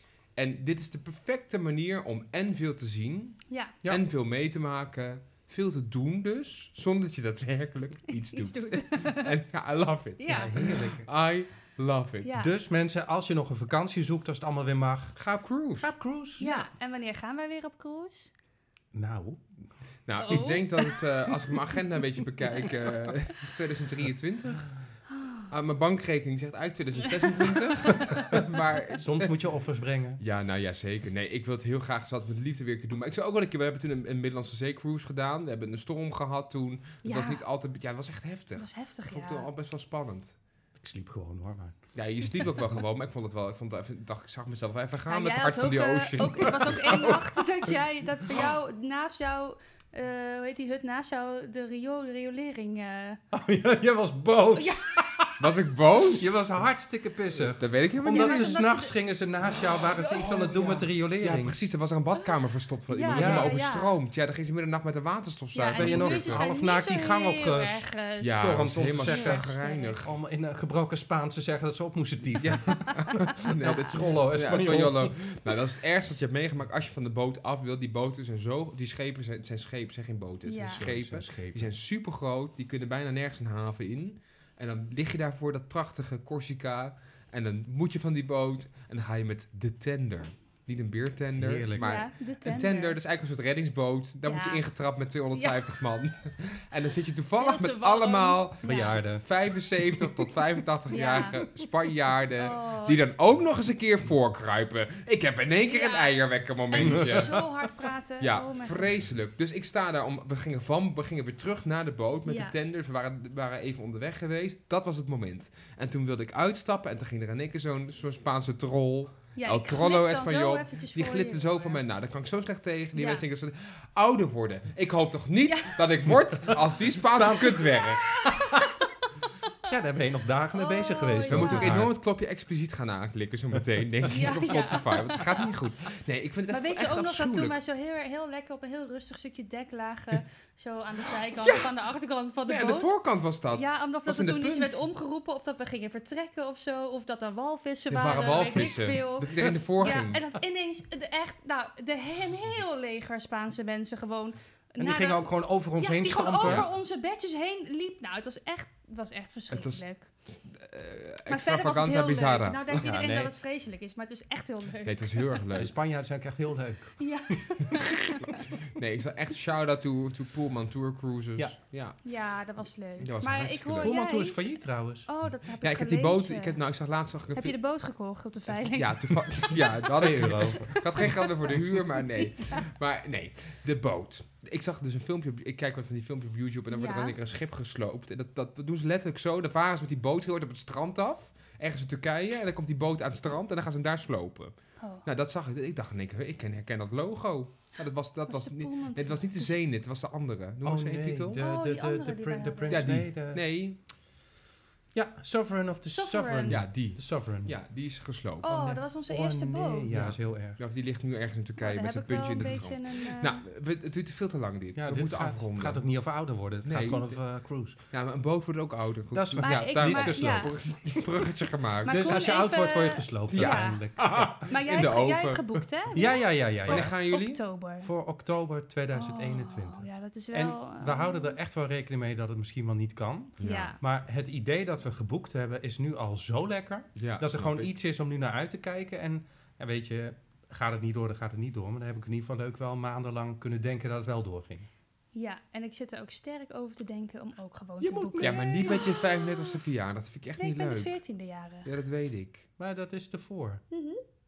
Speaker 3: En dit is de perfecte manier om en veel te zien,
Speaker 2: ja,
Speaker 4: Ja.
Speaker 3: en veel mee te maken. Veel te doen dus, zonder dat je daadwerkelijk iets doet.
Speaker 2: iets doet.
Speaker 3: En ja, I love it.
Speaker 2: Ja.
Speaker 4: Heerlijk.
Speaker 3: I love it.
Speaker 2: Ja.
Speaker 4: Dus mensen, als je nog een vakantie zoekt, als het allemaal weer mag.
Speaker 3: Ga op cruise.
Speaker 4: Ga op cruise.
Speaker 2: Ja, en wanneer gaan wij weer op cruise?
Speaker 4: Nou,
Speaker 3: Nou,
Speaker 2: Oh.
Speaker 3: ik denk dat het, eh, als ik mijn agenda een beetje bekijk, eh tweeduizend drieëntwintig. Ah, mijn bankrekening zegt uit tweeduizend zesentwintig. Maar
Speaker 4: soms moet je offers brengen.
Speaker 3: ja, nou ja, zeker. Nee, ik wil het heel graag zat met liefde weer een keer doen. Maar ik zou ook wel een keer, we hebben toen een, een Middellandse Zeecruise gedaan. We hebben een storm gehad toen. Het
Speaker 2: Ja.
Speaker 3: was niet altijd, ja, het was echt heftig.
Speaker 2: Dat was heftig,
Speaker 3: Ik vond het toen
Speaker 2: ja.
Speaker 3: al best wel spannend.
Speaker 4: Ik sliep gewoon hoor, maar...
Speaker 3: Ja, je sliep ook wel gewoon, maar ik vond het wel, ik vond het even, ik dacht, ik zag mezelf wel even gaan
Speaker 2: Nou,
Speaker 3: met
Speaker 2: jij
Speaker 3: het hart
Speaker 2: had
Speaker 3: van die
Speaker 2: ook, eh,
Speaker 3: ocean.
Speaker 2: ook, het was ook één nacht dat jij, dat bij jou, naast jou, eh, hoe heet die hut, naast jou, de, rio, de riolering. eh,
Speaker 4: Oh, ja, jij was boos.
Speaker 2: Ja.
Speaker 3: Was ik boos?
Speaker 4: Je was hartstikke pissig.
Speaker 3: Dat weet ik helemaal
Speaker 4: Omdat
Speaker 3: niet.
Speaker 2: maar
Speaker 4: ze
Speaker 2: omdat
Speaker 4: s'nachts
Speaker 2: ze
Speaker 4: gingen ze naast jou, waren ze iets aan het doen
Speaker 3: ja.
Speaker 4: met de
Speaker 3: Ja,
Speaker 4: riolering.
Speaker 3: precies. Er was er een badkamer verstopt van
Speaker 2: Ja,
Speaker 3: iemand. Die was
Speaker 4: ja,
Speaker 3: helemaal
Speaker 2: ja.
Speaker 3: overstroomd. Ja, dan ging ze middernacht met de waterstofzuiger.
Speaker 2: ja, en
Speaker 4: ben je
Speaker 2: die
Speaker 4: nog
Speaker 2: muurtjes
Speaker 4: half
Speaker 2: zijn
Speaker 4: naakt
Speaker 2: niet
Speaker 4: die
Speaker 2: zo
Speaker 4: gang op,
Speaker 2: heel
Speaker 4: eh,
Speaker 2: erg, eh,
Speaker 3: Ja,
Speaker 4: storm
Speaker 3: dat is
Speaker 4: om te
Speaker 3: helemaal
Speaker 4: zeggen.
Speaker 3: chagrijnig.
Speaker 4: Om in een gebroken Spaans te zeggen dat ze op moesten dieven.
Speaker 3: Ja. Nee,
Speaker 4: Ja,
Speaker 3: dat
Speaker 4: Trollo,
Speaker 3: ja,
Speaker 4: Espanol.
Speaker 3: Espanol. Nou, dat is het ergste wat je hebt meegemaakt als je van de boot af wil. Die boten zijn zo... Die schepen zijn, het zijn schepen, zijn geen boten. Het
Speaker 2: Ja.
Speaker 3: zijn schepen. Die zijn super groot. Die kunnen bijna nergens een haven in. En dan lig je daar voor dat prachtige Corsica. En dan moet je van die boot. En dan ga je met de tender. Niet een beertender,
Speaker 4: Heerlijk.
Speaker 3: maar
Speaker 2: ja, de
Speaker 3: een
Speaker 2: tender.
Speaker 3: tender. Dat is eigenlijk een soort reddingsboot. Daar
Speaker 2: Ja.
Speaker 3: word je ingetrapt met tweehonderdvijftig man. En dan zit je toevallig
Speaker 2: Veel te
Speaker 3: met
Speaker 2: warm.
Speaker 3: allemaal
Speaker 4: Bejaarden.
Speaker 3: vijfenzeventig tot vijfentachtig-jarige Spanjaarden.
Speaker 2: Oh.
Speaker 3: Die dan ook nog eens een keer voorkruipen. Ik heb in één keer een
Speaker 2: Ja.
Speaker 3: eierwekker
Speaker 2: En
Speaker 3: momentje.
Speaker 2: zo hard praten.
Speaker 3: Ja,
Speaker 2: oh mijn
Speaker 3: vreselijk. Dus ik sta daar om. We gingen, van, we gingen weer terug naar de boot met
Speaker 2: Ja.
Speaker 3: de tender. We waren, we waren even onderweg geweest. Dat was het moment. En toen wilde ik uitstappen. En toen ging er in één keer zo'n zo'n Spaanse troll.
Speaker 2: God. Ja,
Speaker 3: El
Speaker 2: ik
Speaker 3: Trollo
Speaker 2: glip dan zo
Speaker 3: Español.
Speaker 2: eventjes
Speaker 3: Die
Speaker 2: voor
Speaker 3: glipte
Speaker 2: je,
Speaker 3: zo
Speaker 2: hoor.
Speaker 3: van mij. Nou, daar kan ik zo slecht tegen. Die
Speaker 2: Ja.
Speaker 3: mensen denken, ze ouder worden. Ik hoop toch niet dat ik word als die Spaanse kutwerk.
Speaker 4: Ja, daar ben je nog dagen mee
Speaker 2: Oh,
Speaker 4: bezig geweest.
Speaker 3: We
Speaker 2: ja.
Speaker 3: moeten ook
Speaker 4: Haar.
Speaker 3: enorm het knopje expliciet gaan aanklikken zo meteen, denk ik,
Speaker 2: Ja,
Speaker 3: op
Speaker 2: ja.
Speaker 3: Spotify. Want het gaat niet goed. Nee, ik vind het
Speaker 2: Maar
Speaker 3: echt,
Speaker 2: weet je
Speaker 3: echt
Speaker 2: ook nog dat toen
Speaker 3: afschuwelijk.
Speaker 2: wij zo heel, heel lekker op een heel rustig stukje dek lagen, zo aan de zijkant of aan de achterkant van de
Speaker 3: Nee, aan de
Speaker 2: boot?
Speaker 3: voorkant was dat.
Speaker 2: Ja, omdat
Speaker 3: was
Speaker 2: dat
Speaker 3: in
Speaker 2: er
Speaker 3: de
Speaker 2: toen iets
Speaker 3: punt.
Speaker 2: werd omgeroepen of dat we gingen vertrekken of zo, of dat er walvissen
Speaker 3: Er
Speaker 2: waren,
Speaker 3: waren
Speaker 2: weet ik
Speaker 3: walvissen.
Speaker 2: veel.
Speaker 3: Dat iedereen ervoor
Speaker 2: Ja,
Speaker 3: ging.
Speaker 2: en dat ineens de echt, nou, de, een heel leger Spaanse mensen gewoon.
Speaker 4: En die
Speaker 2: naar
Speaker 4: gingen
Speaker 2: de-
Speaker 4: ook gewoon over ons
Speaker 2: ja,
Speaker 4: heen
Speaker 2: die gewoon
Speaker 4: stampen.
Speaker 2: over onze bedjes heen liep. Nou, het was echt, het was echt verschrikkelijk.
Speaker 3: Eh,
Speaker 2: maar verder was het
Speaker 3: extravaganta
Speaker 2: heel
Speaker 3: bizarra.
Speaker 2: leuk. Nou denkt
Speaker 4: Ja,
Speaker 2: iedereen
Speaker 4: nee.
Speaker 2: dat het vreselijk is, maar het is echt heel leuk.
Speaker 3: Nee, het was heel erg
Speaker 4: De
Speaker 3: leuk.
Speaker 4: Spanjaarden zijn ook echt heel leuk.
Speaker 2: Ja.
Speaker 3: Nee, ik zou echt shout-out to, to Pullman Tour Cruises.
Speaker 4: Ja.
Speaker 3: ja.
Speaker 2: ja, dat was leuk.
Speaker 3: Dat was
Speaker 2: maar ik
Speaker 3: hartstikke
Speaker 2: hoor
Speaker 3: leuk.
Speaker 4: Pullman
Speaker 2: jij...
Speaker 4: Tour is failliet trouwens.
Speaker 2: Oh, dat heb
Speaker 3: Ja,
Speaker 2: ik
Speaker 3: ik heb die
Speaker 2: gelezen.
Speaker 3: boot... Ik heb, nou, ik zag laatst zag ik een
Speaker 2: Heb je de boot gekocht op de veiling?
Speaker 3: Ja, toevallig. Ja, dat had ik
Speaker 4: Twee euro.
Speaker 3: Ik had geen geld meer voor de huur, maar nee. Maar nee, de boot. Ik zag dus een filmpje, op, ik kijk wat van die filmpjes op YouTube en dan wordt er
Speaker 2: Ja.
Speaker 3: dan een keer een schip gesloopt. En dat, dat, dat doen ze letterlijk zo. Dan varen ze met die boot heel hard op het strand af, ergens in Turkije. En dan komt die boot aan het strand en dan gaan ze hem daar slopen.
Speaker 2: Oh,
Speaker 3: Nou, dat zag ik. Ik dacht, nee, ik ken, herken dat logo. Maar dat was, dat
Speaker 2: was
Speaker 3: was,
Speaker 2: de
Speaker 3: niet,
Speaker 2: Pullman
Speaker 3: nee, het was niet de
Speaker 2: Dus-
Speaker 3: Zenit, het was de andere. Noem
Speaker 4: Oh
Speaker 3: eens één
Speaker 4: nee,
Speaker 3: titel.
Speaker 4: de,
Speaker 2: Oh,
Speaker 4: de,
Speaker 2: die
Speaker 4: de,
Speaker 2: andere
Speaker 4: de,
Speaker 2: die
Speaker 4: prin-
Speaker 2: wij
Speaker 4: de
Speaker 2: hadden.
Speaker 4: Prince,
Speaker 3: Ja, die.
Speaker 4: nee, de,
Speaker 3: Nee,
Speaker 4: Ja, Sovereign of the
Speaker 2: Sovereign.
Speaker 4: Sovereign.
Speaker 3: ja, die.
Speaker 4: De Sovereign.
Speaker 3: Ja, die is gesloopt.
Speaker 2: Oh,
Speaker 4: Oh, nee.
Speaker 2: dat was onze
Speaker 4: Oh,
Speaker 2: eerste
Speaker 4: nee.
Speaker 2: boot.
Speaker 4: Ja, dat is heel erg.
Speaker 3: Ja, of die ligt nu ergens in Turkije
Speaker 2: Nou,
Speaker 3: met
Speaker 2: daar
Speaker 3: zijn
Speaker 2: heb ik
Speaker 3: puntje
Speaker 2: wel
Speaker 3: in
Speaker 2: een
Speaker 3: de
Speaker 2: beetje
Speaker 3: strand.
Speaker 2: een... eh,
Speaker 3: Nou, we- het duurt veel te lang dit.
Speaker 4: Ja,
Speaker 3: we
Speaker 4: dit
Speaker 3: moeten
Speaker 4: gaat,
Speaker 3: afronden.
Speaker 4: het gaat ook niet over ouder worden. Het
Speaker 3: Nee.
Speaker 4: gaat gewoon over eh, cruise.
Speaker 3: Ja, maar een boot wordt ook ouder.
Speaker 4: Dat is waar.
Speaker 2: Maar ik-
Speaker 3: daar
Speaker 2: maar-
Speaker 3: is
Speaker 2: ja.
Speaker 3: een bruggetje gemaakt.
Speaker 2: Maar
Speaker 4: Dus
Speaker 2: Koen,
Speaker 4: als je oud
Speaker 2: even-
Speaker 4: wordt, word je gesloopt
Speaker 2: Ja.
Speaker 4: uiteindelijk.
Speaker 2: maar jij,
Speaker 3: in de
Speaker 2: hebt, jij
Speaker 3: oven.
Speaker 2: hebt geboekt, hè?
Speaker 4: Ja, ja, ja, ja.
Speaker 3: Wanneer
Speaker 4: ja.
Speaker 3: gaan jullie?
Speaker 2: Oktober.
Speaker 4: Voor oktober tweeduizend eenentwintig.
Speaker 2: Oh, ja, dat is wel...
Speaker 4: En we
Speaker 2: eh,
Speaker 4: houden er echt wel rekening mee dat het misschien wel niet kan.
Speaker 2: Ja.
Speaker 4: Maar het idee dat we geboekt hebben is nu al zo lekker.
Speaker 3: Ja,
Speaker 4: dat er
Speaker 3: snap
Speaker 4: gewoon
Speaker 3: ik.
Speaker 4: iets is om nu naar uit te kijken. En ja, weet je, gaat het niet door, dan gaat het niet door. Maar dan heb ik in ieder geval leuk wel maandenlang kunnen denken dat het wel doorging.
Speaker 2: Ja, en ik zit er ook sterk over te denken om ook gewoon
Speaker 4: Je
Speaker 2: te
Speaker 4: moet
Speaker 2: boeken.
Speaker 3: Ja, maar niet met je vijfendertigste verjaardag. Dat vind ik echt
Speaker 2: Nee, ik
Speaker 3: niet
Speaker 2: ben de
Speaker 3: leuk.
Speaker 2: veertiende jarige.
Speaker 3: Ja, dat weet ik.
Speaker 4: Maar dat is ervoor.
Speaker 2: Mhm.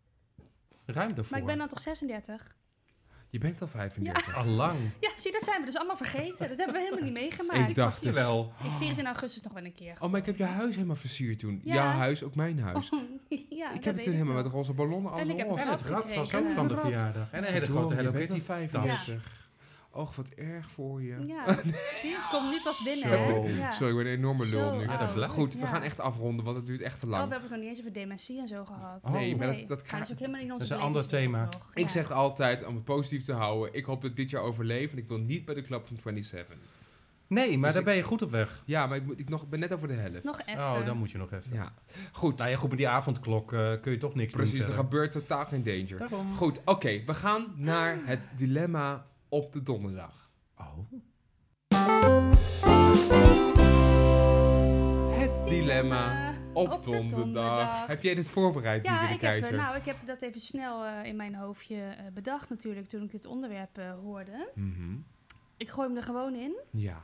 Speaker 4: Ruim ervoor.
Speaker 2: Maar ik ben dan toch zesendertig?
Speaker 3: Je bent al vijfendertig.
Speaker 4: Allang.
Speaker 2: Ja, zie, dat zijn we dus allemaal vergeten. Dat hebben we helemaal niet meegemaakt.
Speaker 3: Ik dacht dus...
Speaker 4: Jawel.
Speaker 2: Ik vier het in augustus nog wel een keer.
Speaker 3: Oh, maar ik heb je huis helemaal versierd toen.
Speaker 2: Ja.
Speaker 3: Jouw huis, ook mijn huis.
Speaker 2: Oh, ja,
Speaker 3: ik
Speaker 2: dat
Speaker 3: heb
Speaker 2: weet
Speaker 3: het toen helemaal
Speaker 2: nog.
Speaker 3: met roze ballonnen alles
Speaker 2: En ik heb
Speaker 3: erop.
Speaker 2: het
Speaker 4: En het
Speaker 2: rad
Speaker 4: rad was
Speaker 2: gekregen.
Speaker 4: ook van de
Speaker 2: Rad.
Speaker 4: verjaardag. En een hele
Speaker 3: Verdorie,
Speaker 4: grote
Speaker 3: je
Speaker 4: Hello
Speaker 3: bent al
Speaker 4: Kitty tas.
Speaker 3: vijfendertig. Och, wat erg voor je.
Speaker 2: Ja, zie je, het komt nu pas binnen,
Speaker 4: Zo.
Speaker 2: hè? Ja.
Speaker 3: Sorry, ik ben een enorme
Speaker 2: Zo
Speaker 3: lul nu.
Speaker 2: oud.
Speaker 4: Ja, dat blijkt.
Speaker 3: Goed, we
Speaker 2: Ja.
Speaker 3: gaan echt afronden, want het duurt echt te
Speaker 2: Oh,
Speaker 3: lang.
Speaker 2: we hebben het nog niet eens over dementie en zo gehad.
Speaker 4: Oh.
Speaker 3: Nee, maar dat, dat
Speaker 2: Maar
Speaker 3: ga
Speaker 2: dat is ook helemaal niet in onze
Speaker 4: Dat is een ander
Speaker 2: levenswereld
Speaker 4: thema.
Speaker 2: nog.
Speaker 3: Ik
Speaker 2: Ja.
Speaker 3: zeg altijd, om het positief te houden, ik hoop dat ik dit jaar overleef en ik wil niet bij de club van eenentwintig.
Speaker 4: Nee, maar
Speaker 3: Dus
Speaker 4: daar
Speaker 3: ik-
Speaker 4: ben je goed op weg.
Speaker 3: Ja, maar ik, moet- ik nog, ben net over de helft.
Speaker 2: Nog even.
Speaker 4: Oh, dan moet je nog even.
Speaker 3: Ja, goed.
Speaker 4: Nou ja, goed, met die avondklok eh, kun je toch niks
Speaker 3: Precies,
Speaker 4: doen.
Speaker 3: er
Speaker 4: verder.
Speaker 3: gebeurt totaal geen danger.
Speaker 4: Daarom.
Speaker 3: Goed, oké, we gaan naar het dilemma op de donderdag.
Speaker 4: Oh.
Speaker 3: Het dilemma op,
Speaker 2: op de
Speaker 3: donderdag.
Speaker 2: donderdag.
Speaker 3: Heb jij dit voorbereid,
Speaker 2: Ja,
Speaker 3: Wiebeke
Speaker 2: ik heb,
Speaker 3: Keizer?
Speaker 2: eh, nou, ik heb dat even snel eh, in mijn hoofdje eh, bedacht natuurlijk toen ik dit onderwerp eh, hoorde.
Speaker 3: Mhm.
Speaker 2: Ik gooi hem er gewoon in.
Speaker 3: Ja.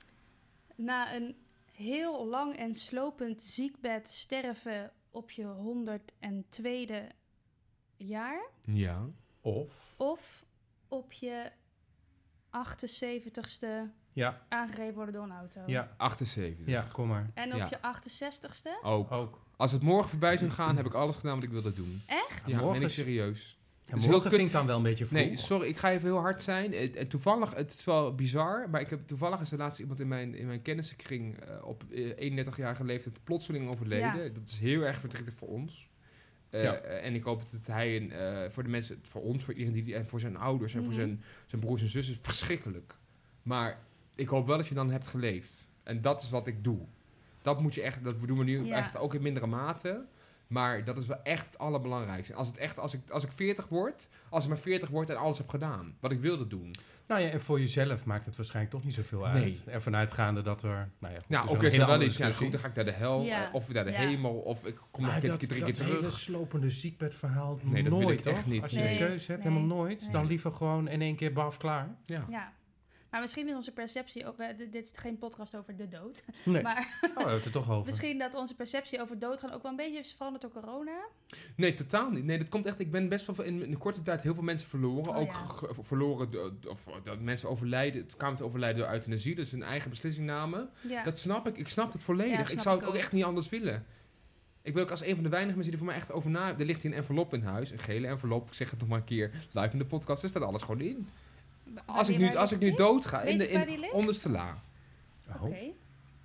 Speaker 2: Na een heel lang en slopend ziekbed sterven op je honderdtweede jaar
Speaker 3: Ja.
Speaker 4: Of,
Speaker 2: of op je achtenzeventigste
Speaker 4: ja,
Speaker 2: aangereden worden door een auto.
Speaker 4: ja,
Speaker 3: achtenzeventig.
Speaker 4: ja, kom maar.
Speaker 2: En op
Speaker 3: Ja.
Speaker 2: je achtenzestigste?
Speaker 3: Ook.
Speaker 4: Ook.
Speaker 3: Als het morgen voorbij zou gaan, heb ik alles gedaan wat ik wilde doen.
Speaker 2: Echt?
Speaker 3: Ja,
Speaker 4: Morgen
Speaker 3: ben ik
Speaker 4: is-
Speaker 3: serieus.
Speaker 4: Ja,
Speaker 3: Dus
Speaker 4: morgen
Speaker 3: heel
Speaker 4: vind ik dan wel een beetje vroeg.
Speaker 3: Nee, sorry, ik ga even heel hard zijn. Het, het- toevallig, het is wel bizar, maar ik heb toevallig is er laatst iemand in mijn, in mijn kennissenkring uh, op uh, eenendertig-jarige leeftijd plotseling overleden.
Speaker 2: Ja.
Speaker 3: Dat is heel erg verdrietig voor ons. Uh,
Speaker 4: Ja.
Speaker 3: uh, en ik hoop dat hij en uh, voor de mensen, voor ons, voor iedereen die en voor zijn ouders en
Speaker 2: Mhm.
Speaker 3: voor zijn, zijn broers en zussen, verschrikkelijk. Maar ik hoop wel dat je dan hebt geleefd. En dat is wat ik doe. Dat moet je echt, dat doen we nu
Speaker 2: Ja.
Speaker 3: echt ook in mindere mate. Maar dat is wel echt het allerbelangrijkste. Als, het echt, als, ik, als ik veertig word, als ik maar veertig word en alles heb gedaan. Wat ik wilde doen.
Speaker 4: Nou ja, en voor jezelf maakt het waarschijnlijk toch niet zoveel uit.
Speaker 3: Nee.
Speaker 4: Ervan uitgaande dat er... Nou ja, goed,
Speaker 3: Nou,
Speaker 4: dat
Speaker 3: ook
Speaker 4: is
Speaker 3: is
Speaker 4: wel
Speaker 3: er
Speaker 4: een
Speaker 3: wel
Speaker 4: hele
Speaker 3: iets. Ja,
Speaker 4: andere
Speaker 3: goed, dan ga ik naar de hel.
Speaker 2: Ja.
Speaker 3: eh, of naar de
Speaker 2: Ja.
Speaker 3: hemel. Of ik kom nog
Speaker 4: Maar
Speaker 3: een
Speaker 4: dat,
Speaker 3: keer drie keer
Speaker 4: dat hele
Speaker 3: terug.
Speaker 4: slopende ziekbedverhaal,
Speaker 3: Nee, dat wil
Speaker 4: nooit
Speaker 3: ik
Speaker 4: toch?
Speaker 3: echt niet.
Speaker 4: Als je
Speaker 2: Nee.
Speaker 4: de keuze hebt,
Speaker 2: Nee.
Speaker 4: helemaal nooit.
Speaker 2: Nee.
Speaker 4: Dan liever gewoon in één keer baf klaar.
Speaker 3: Ja.
Speaker 2: Ja. Maar misschien is onze perceptie... Ook, we- dit dit is geen podcast over de dood.
Speaker 4: Nee.
Speaker 2: Maar
Speaker 4: Oh, we hebben het er toch over.
Speaker 2: misschien dat onze perceptie over doodgaan ook wel een beetje is veranderd door corona.
Speaker 3: Nee, totaal niet. Nee, dat komt echt. Ik ben best wel in, in een korte tijd heel veel mensen verloren.
Speaker 2: Oh,
Speaker 3: ook
Speaker 2: ja.
Speaker 3: ge- verloren, do- of dat mensen overlijden. Het kwamen te overlijden door euthanasie. Dus hun eigen beslissing namen.
Speaker 2: Ja.
Speaker 3: Dat snap ik. Ik snap het volledig.
Speaker 2: Ja,
Speaker 3: ik
Speaker 2: snap
Speaker 3: zou
Speaker 2: ik
Speaker 3: het ook
Speaker 2: ook.
Speaker 3: echt niet anders willen. Ik ben ook als een van de weinige mensen die er voor mij echt over na... Er ligt hier een envelop in huis. Een gele envelop. Ik zeg het nog maar een keer live in de podcast. Er staat alles gewoon in. Als ik nu, als ik nu dood ga, in
Speaker 2: Weet
Speaker 3: de
Speaker 2: ik waar
Speaker 3: in
Speaker 2: die ligt?
Speaker 3: onderste la.
Speaker 4: Oh.
Speaker 2: Oké.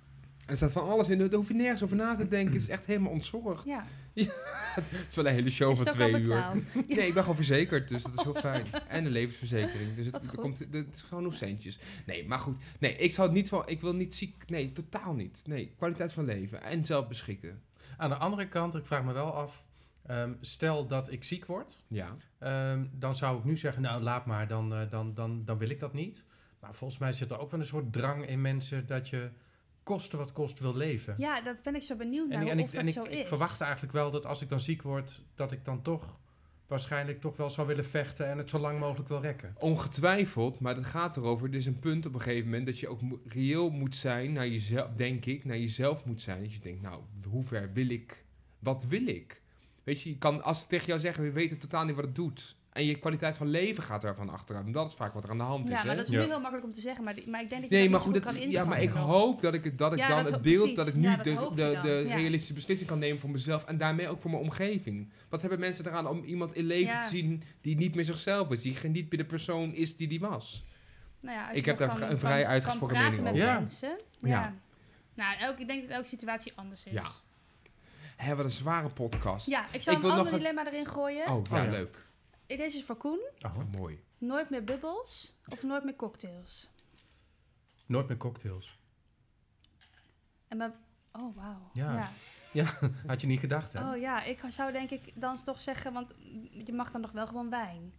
Speaker 3: er staat van alles in, daar hoef je nergens over na te denken. Het is echt helemaal ontzorgd.
Speaker 2: Ja.
Speaker 3: Het is wel een hele show
Speaker 2: Is
Speaker 3: van
Speaker 2: het ook al
Speaker 3: twee uur.
Speaker 2: betaald?
Speaker 3: Nee, ik ben gewoon verzekerd, dus dat is heel fijn. En een levensverzekering, dus het,
Speaker 2: Wat
Speaker 3: er
Speaker 2: goed.
Speaker 3: komt, het is gewoon nog centjes. Nee, maar goed. Nee, ik zou het niet van, ik wil niet ziek, nee, totaal niet. Nee, kwaliteit van leven en zelf beschikken.
Speaker 4: Aan de andere kant, ik vraag me wel af, um, stel dat ik ziek word,
Speaker 3: Ja.
Speaker 4: um, dan zou ik nu zeggen, nou laat maar, dan, uh, dan, dan, dan wil ik dat niet. Maar volgens mij zit er ook wel een soort drang in mensen dat je koste wat kost wil leven.
Speaker 2: Ja, daar ben ik zo benieuwd naar
Speaker 4: En,
Speaker 2: of
Speaker 4: en, ik,
Speaker 2: dat
Speaker 4: en ik,
Speaker 2: zo
Speaker 4: ik
Speaker 2: is.
Speaker 4: verwacht eigenlijk wel dat als ik dan ziek word, dat ik dan toch waarschijnlijk toch wel zou willen vechten en het zo lang mogelijk wil rekken.
Speaker 3: Ongetwijfeld, maar het gaat erover, er is een punt op een gegeven moment dat je ook mo- reëel moet zijn naar jezelf, denk ik, naar jezelf moet zijn. Dat je denkt, nou, hoe ver wil ik? Wat wil ik? Weet je, je kan, als ze tegen jou zeggen, we weten totaal niet wat het doet. En je kwaliteit van leven gaat ervan achteruit. En dat is vaak wat er aan de hand is.
Speaker 2: Ja,
Speaker 3: hè?
Speaker 2: maar dat is
Speaker 4: Ja.
Speaker 2: nu heel makkelijk om te zeggen, maar, die- maar ik denk dat je
Speaker 3: Nee,
Speaker 2: dat
Speaker 3: maar
Speaker 2: niet
Speaker 3: goed,
Speaker 2: zo
Speaker 3: dat,
Speaker 2: goed kan
Speaker 3: ja, maar ik
Speaker 2: inschatten nog.
Speaker 3: hoop dat ik, het, dat ik
Speaker 2: Ja,
Speaker 3: dan
Speaker 2: dat
Speaker 3: het
Speaker 2: ho-
Speaker 3: beeld,
Speaker 2: precies.
Speaker 3: dat ik nu
Speaker 2: Ja, dat
Speaker 3: de,
Speaker 2: hoop
Speaker 3: de,
Speaker 2: je
Speaker 3: de,
Speaker 2: dan.
Speaker 3: de
Speaker 2: Ja.
Speaker 3: realistische beslissing kan nemen voor mezelf en daarmee ook voor mijn omgeving. Wat hebben mensen eraan om iemand in leven
Speaker 2: Ja.
Speaker 3: te zien die niet meer zichzelf is, die geen- niet meer de persoon is die die was?
Speaker 2: Nou ja, als
Speaker 3: Ik
Speaker 2: je
Speaker 3: heb
Speaker 2: nog
Speaker 3: daar
Speaker 2: kan-
Speaker 3: een vrij
Speaker 2: kan-
Speaker 3: uitgesproken
Speaker 2: kan praten
Speaker 3: mening
Speaker 2: met
Speaker 4: over. Ja.
Speaker 2: mensen. Ja.
Speaker 3: Ja.
Speaker 2: Nou, elk, ik denk dat elke situatie anders is.
Speaker 3: Ja. Hé, wat een zware podcast.
Speaker 2: Ja, ik zou
Speaker 3: Ik
Speaker 2: een
Speaker 3: wil nog
Speaker 2: ander
Speaker 3: een-
Speaker 2: dilemma erin gooien.
Speaker 3: Oh, ja,
Speaker 4: Oh, ja.
Speaker 3: leuk.
Speaker 2: Deze is voor Koen.
Speaker 4: Oh,
Speaker 3: Oh, mooi.
Speaker 2: Nooit meer bubbels of nooit meer cocktails?
Speaker 4: nooit meer cocktails.
Speaker 2: En maar... Oh, wauw.
Speaker 4: Ja.
Speaker 2: ja.
Speaker 4: Had je niet gedacht, hè?
Speaker 2: Oh ja, ik zou denk ik dan toch zeggen, want je mag dan nog wel gewoon wijn.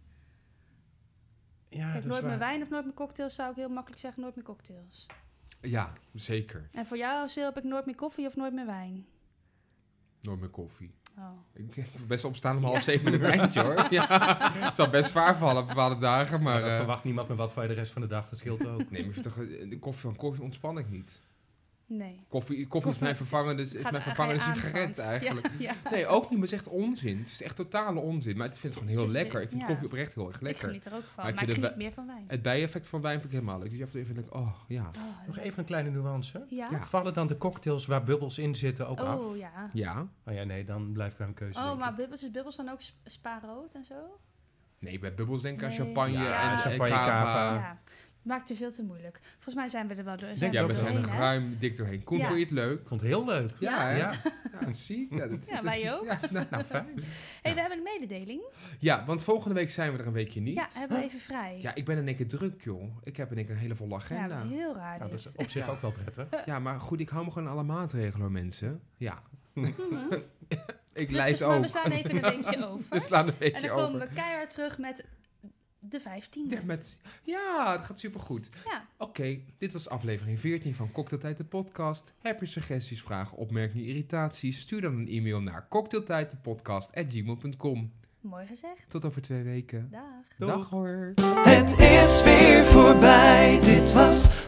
Speaker 4: ja,
Speaker 2: Kijk,
Speaker 4: dat is
Speaker 2: nooit meer
Speaker 4: waar.
Speaker 2: wijn of nooit meer cocktails zou ik heel makkelijk zeggen, nooit meer cocktails.
Speaker 3: Ja, zeker.
Speaker 2: En voor jou, Sil, heb ik nooit meer koffie of nooit meer wijn?
Speaker 3: Nooit meer koffie.
Speaker 2: Oh.
Speaker 3: Ik ben best opstaan om half zeven met een wijntje, hoor. Ja, het zal best zwaar vallen op bepaalde dagen, maar...
Speaker 4: Maar dat
Speaker 3: eh,
Speaker 4: verwacht niemand meer wat van je de rest van de dag, dat scheelt ook.
Speaker 3: nee, maar toch, eh, de koffie van koffie ontspan ik niet.
Speaker 2: Nee.
Speaker 3: Koffie, koffie is mijn vervangende, is
Speaker 2: Gaat-
Speaker 3: mijn
Speaker 2: ga je
Speaker 3: vervangende
Speaker 2: aanvallen.
Speaker 3: sigaret eigenlijk.
Speaker 2: Ja, ja.
Speaker 3: Nee, ook niet, maar het is echt onzin. Het is echt totale onzin. Maar ik vind het gewoon heel
Speaker 2: Het is,
Speaker 3: lekker. Ik vind
Speaker 2: ja.
Speaker 3: koffie oprecht heel erg
Speaker 2: Ik
Speaker 3: lekker.
Speaker 2: geniet er ook van,
Speaker 3: Maar ik
Speaker 2: maar ik
Speaker 3: vind het
Speaker 2: geniet meer van wijn.
Speaker 3: Het bijeffect van wijn vind ik helemaal leuk. Dus je af en toe even denk, oh ja.
Speaker 2: Oh,
Speaker 4: Nog even een kleine nuance.
Speaker 2: Ja?
Speaker 3: Ja.
Speaker 4: Vallen dan de cocktails waar bubbels in zitten ook af?
Speaker 2: Oh ja.
Speaker 3: Ja?
Speaker 4: Oh ja, nee, dan blijf ik bij mijn keuze.
Speaker 2: Oh,
Speaker 4: denk
Speaker 2: maar
Speaker 4: ik.
Speaker 2: bubbels is bubbels dan ook sp- spa-rood en zo?
Speaker 3: Nee, bij bubbels denk ik aan
Speaker 2: Nee.
Speaker 3: champagne
Speaker 4: Ja,
Speaker 3: en, en
Speaker 4: champagne,
Speaker 3: cava.
Speaker 4: cava.
Speaker 2: Ja. Maakt het veel te moeilijk. Volgens mij zijn we er wel door.
Speaker 4: Denk
Speaker 2: Zijn
Speaker 3: Ja,
Speaker 2: we
Speaker 3: we
Speaker 2: er
Speaker 3: zijn er
Speaker 2: doorheen, hè?
Speaker 3: ruim dik doorheen. Koen,
Speaker 2: Ja.
Speaker 3: vond je het leuk?
Speaker 4: Ik vond het heel leuk.
Speaker 3: Ja, hè?
Speaker 4: Ja,
Speaker 3: Ja, zie. Ja, dat-
Speaker 2: Ja, wij ook.
Speaker 3: Ja, nou,
Speaker 4: nou fijn.
Speaker 2: Hey, we hebben een mededeling.
Speaker 3: ja, want volgende week zijn we er een weekje niet.
Speaker 2: Ja, hebben we even vrij.
Speaker 3: Ja, ik ben in één keer druk, joh. Ik heb in één keer een hele volle agenda.
Speaker 2: Ja,
Speaker 3: Ja,
Speaker 2: heel raar
Speaker 4: Nou, dat
Speaker 2: dit.
Speaker 4: is op zich ook wel prettig.
Speaker 3: maar goed, ik hou me gewoon aan alle maatregelen, hoor, mensen. Ja. ik
Speaker 2: Dus
Speaker 3: leid
Speaker 2: we, maar
Speaker 3: ook.
Speaker 2: we slaan even een weekje over.
Speaker 3: We slaan een
Speaker 2: En
Speaker 3: weekje
Speaker 2: dan
Speaker 3: over.
Speaker 2: komen we keihard terug met de vijftiende.
Speaker 3: Ja, met, ja, dat gaat supergoed.
Speaker 2: Ja.
Speaker 3: Oké, dit was aflevering veertien van Cocktailtijd de podcast. Heb je suggesties, vragen, opmerkingen, irritaties? Stuur dan een e-mail naar cocktailtijdtepodcast at gmail dot com.
Speaker 2: Mooi gezegd.
Speaker 3: Tot over twee weken.
Speaker 2: Dag.
Speaker 3: Dag hoor.
Speaker 1: Het is weer voorbij, dit was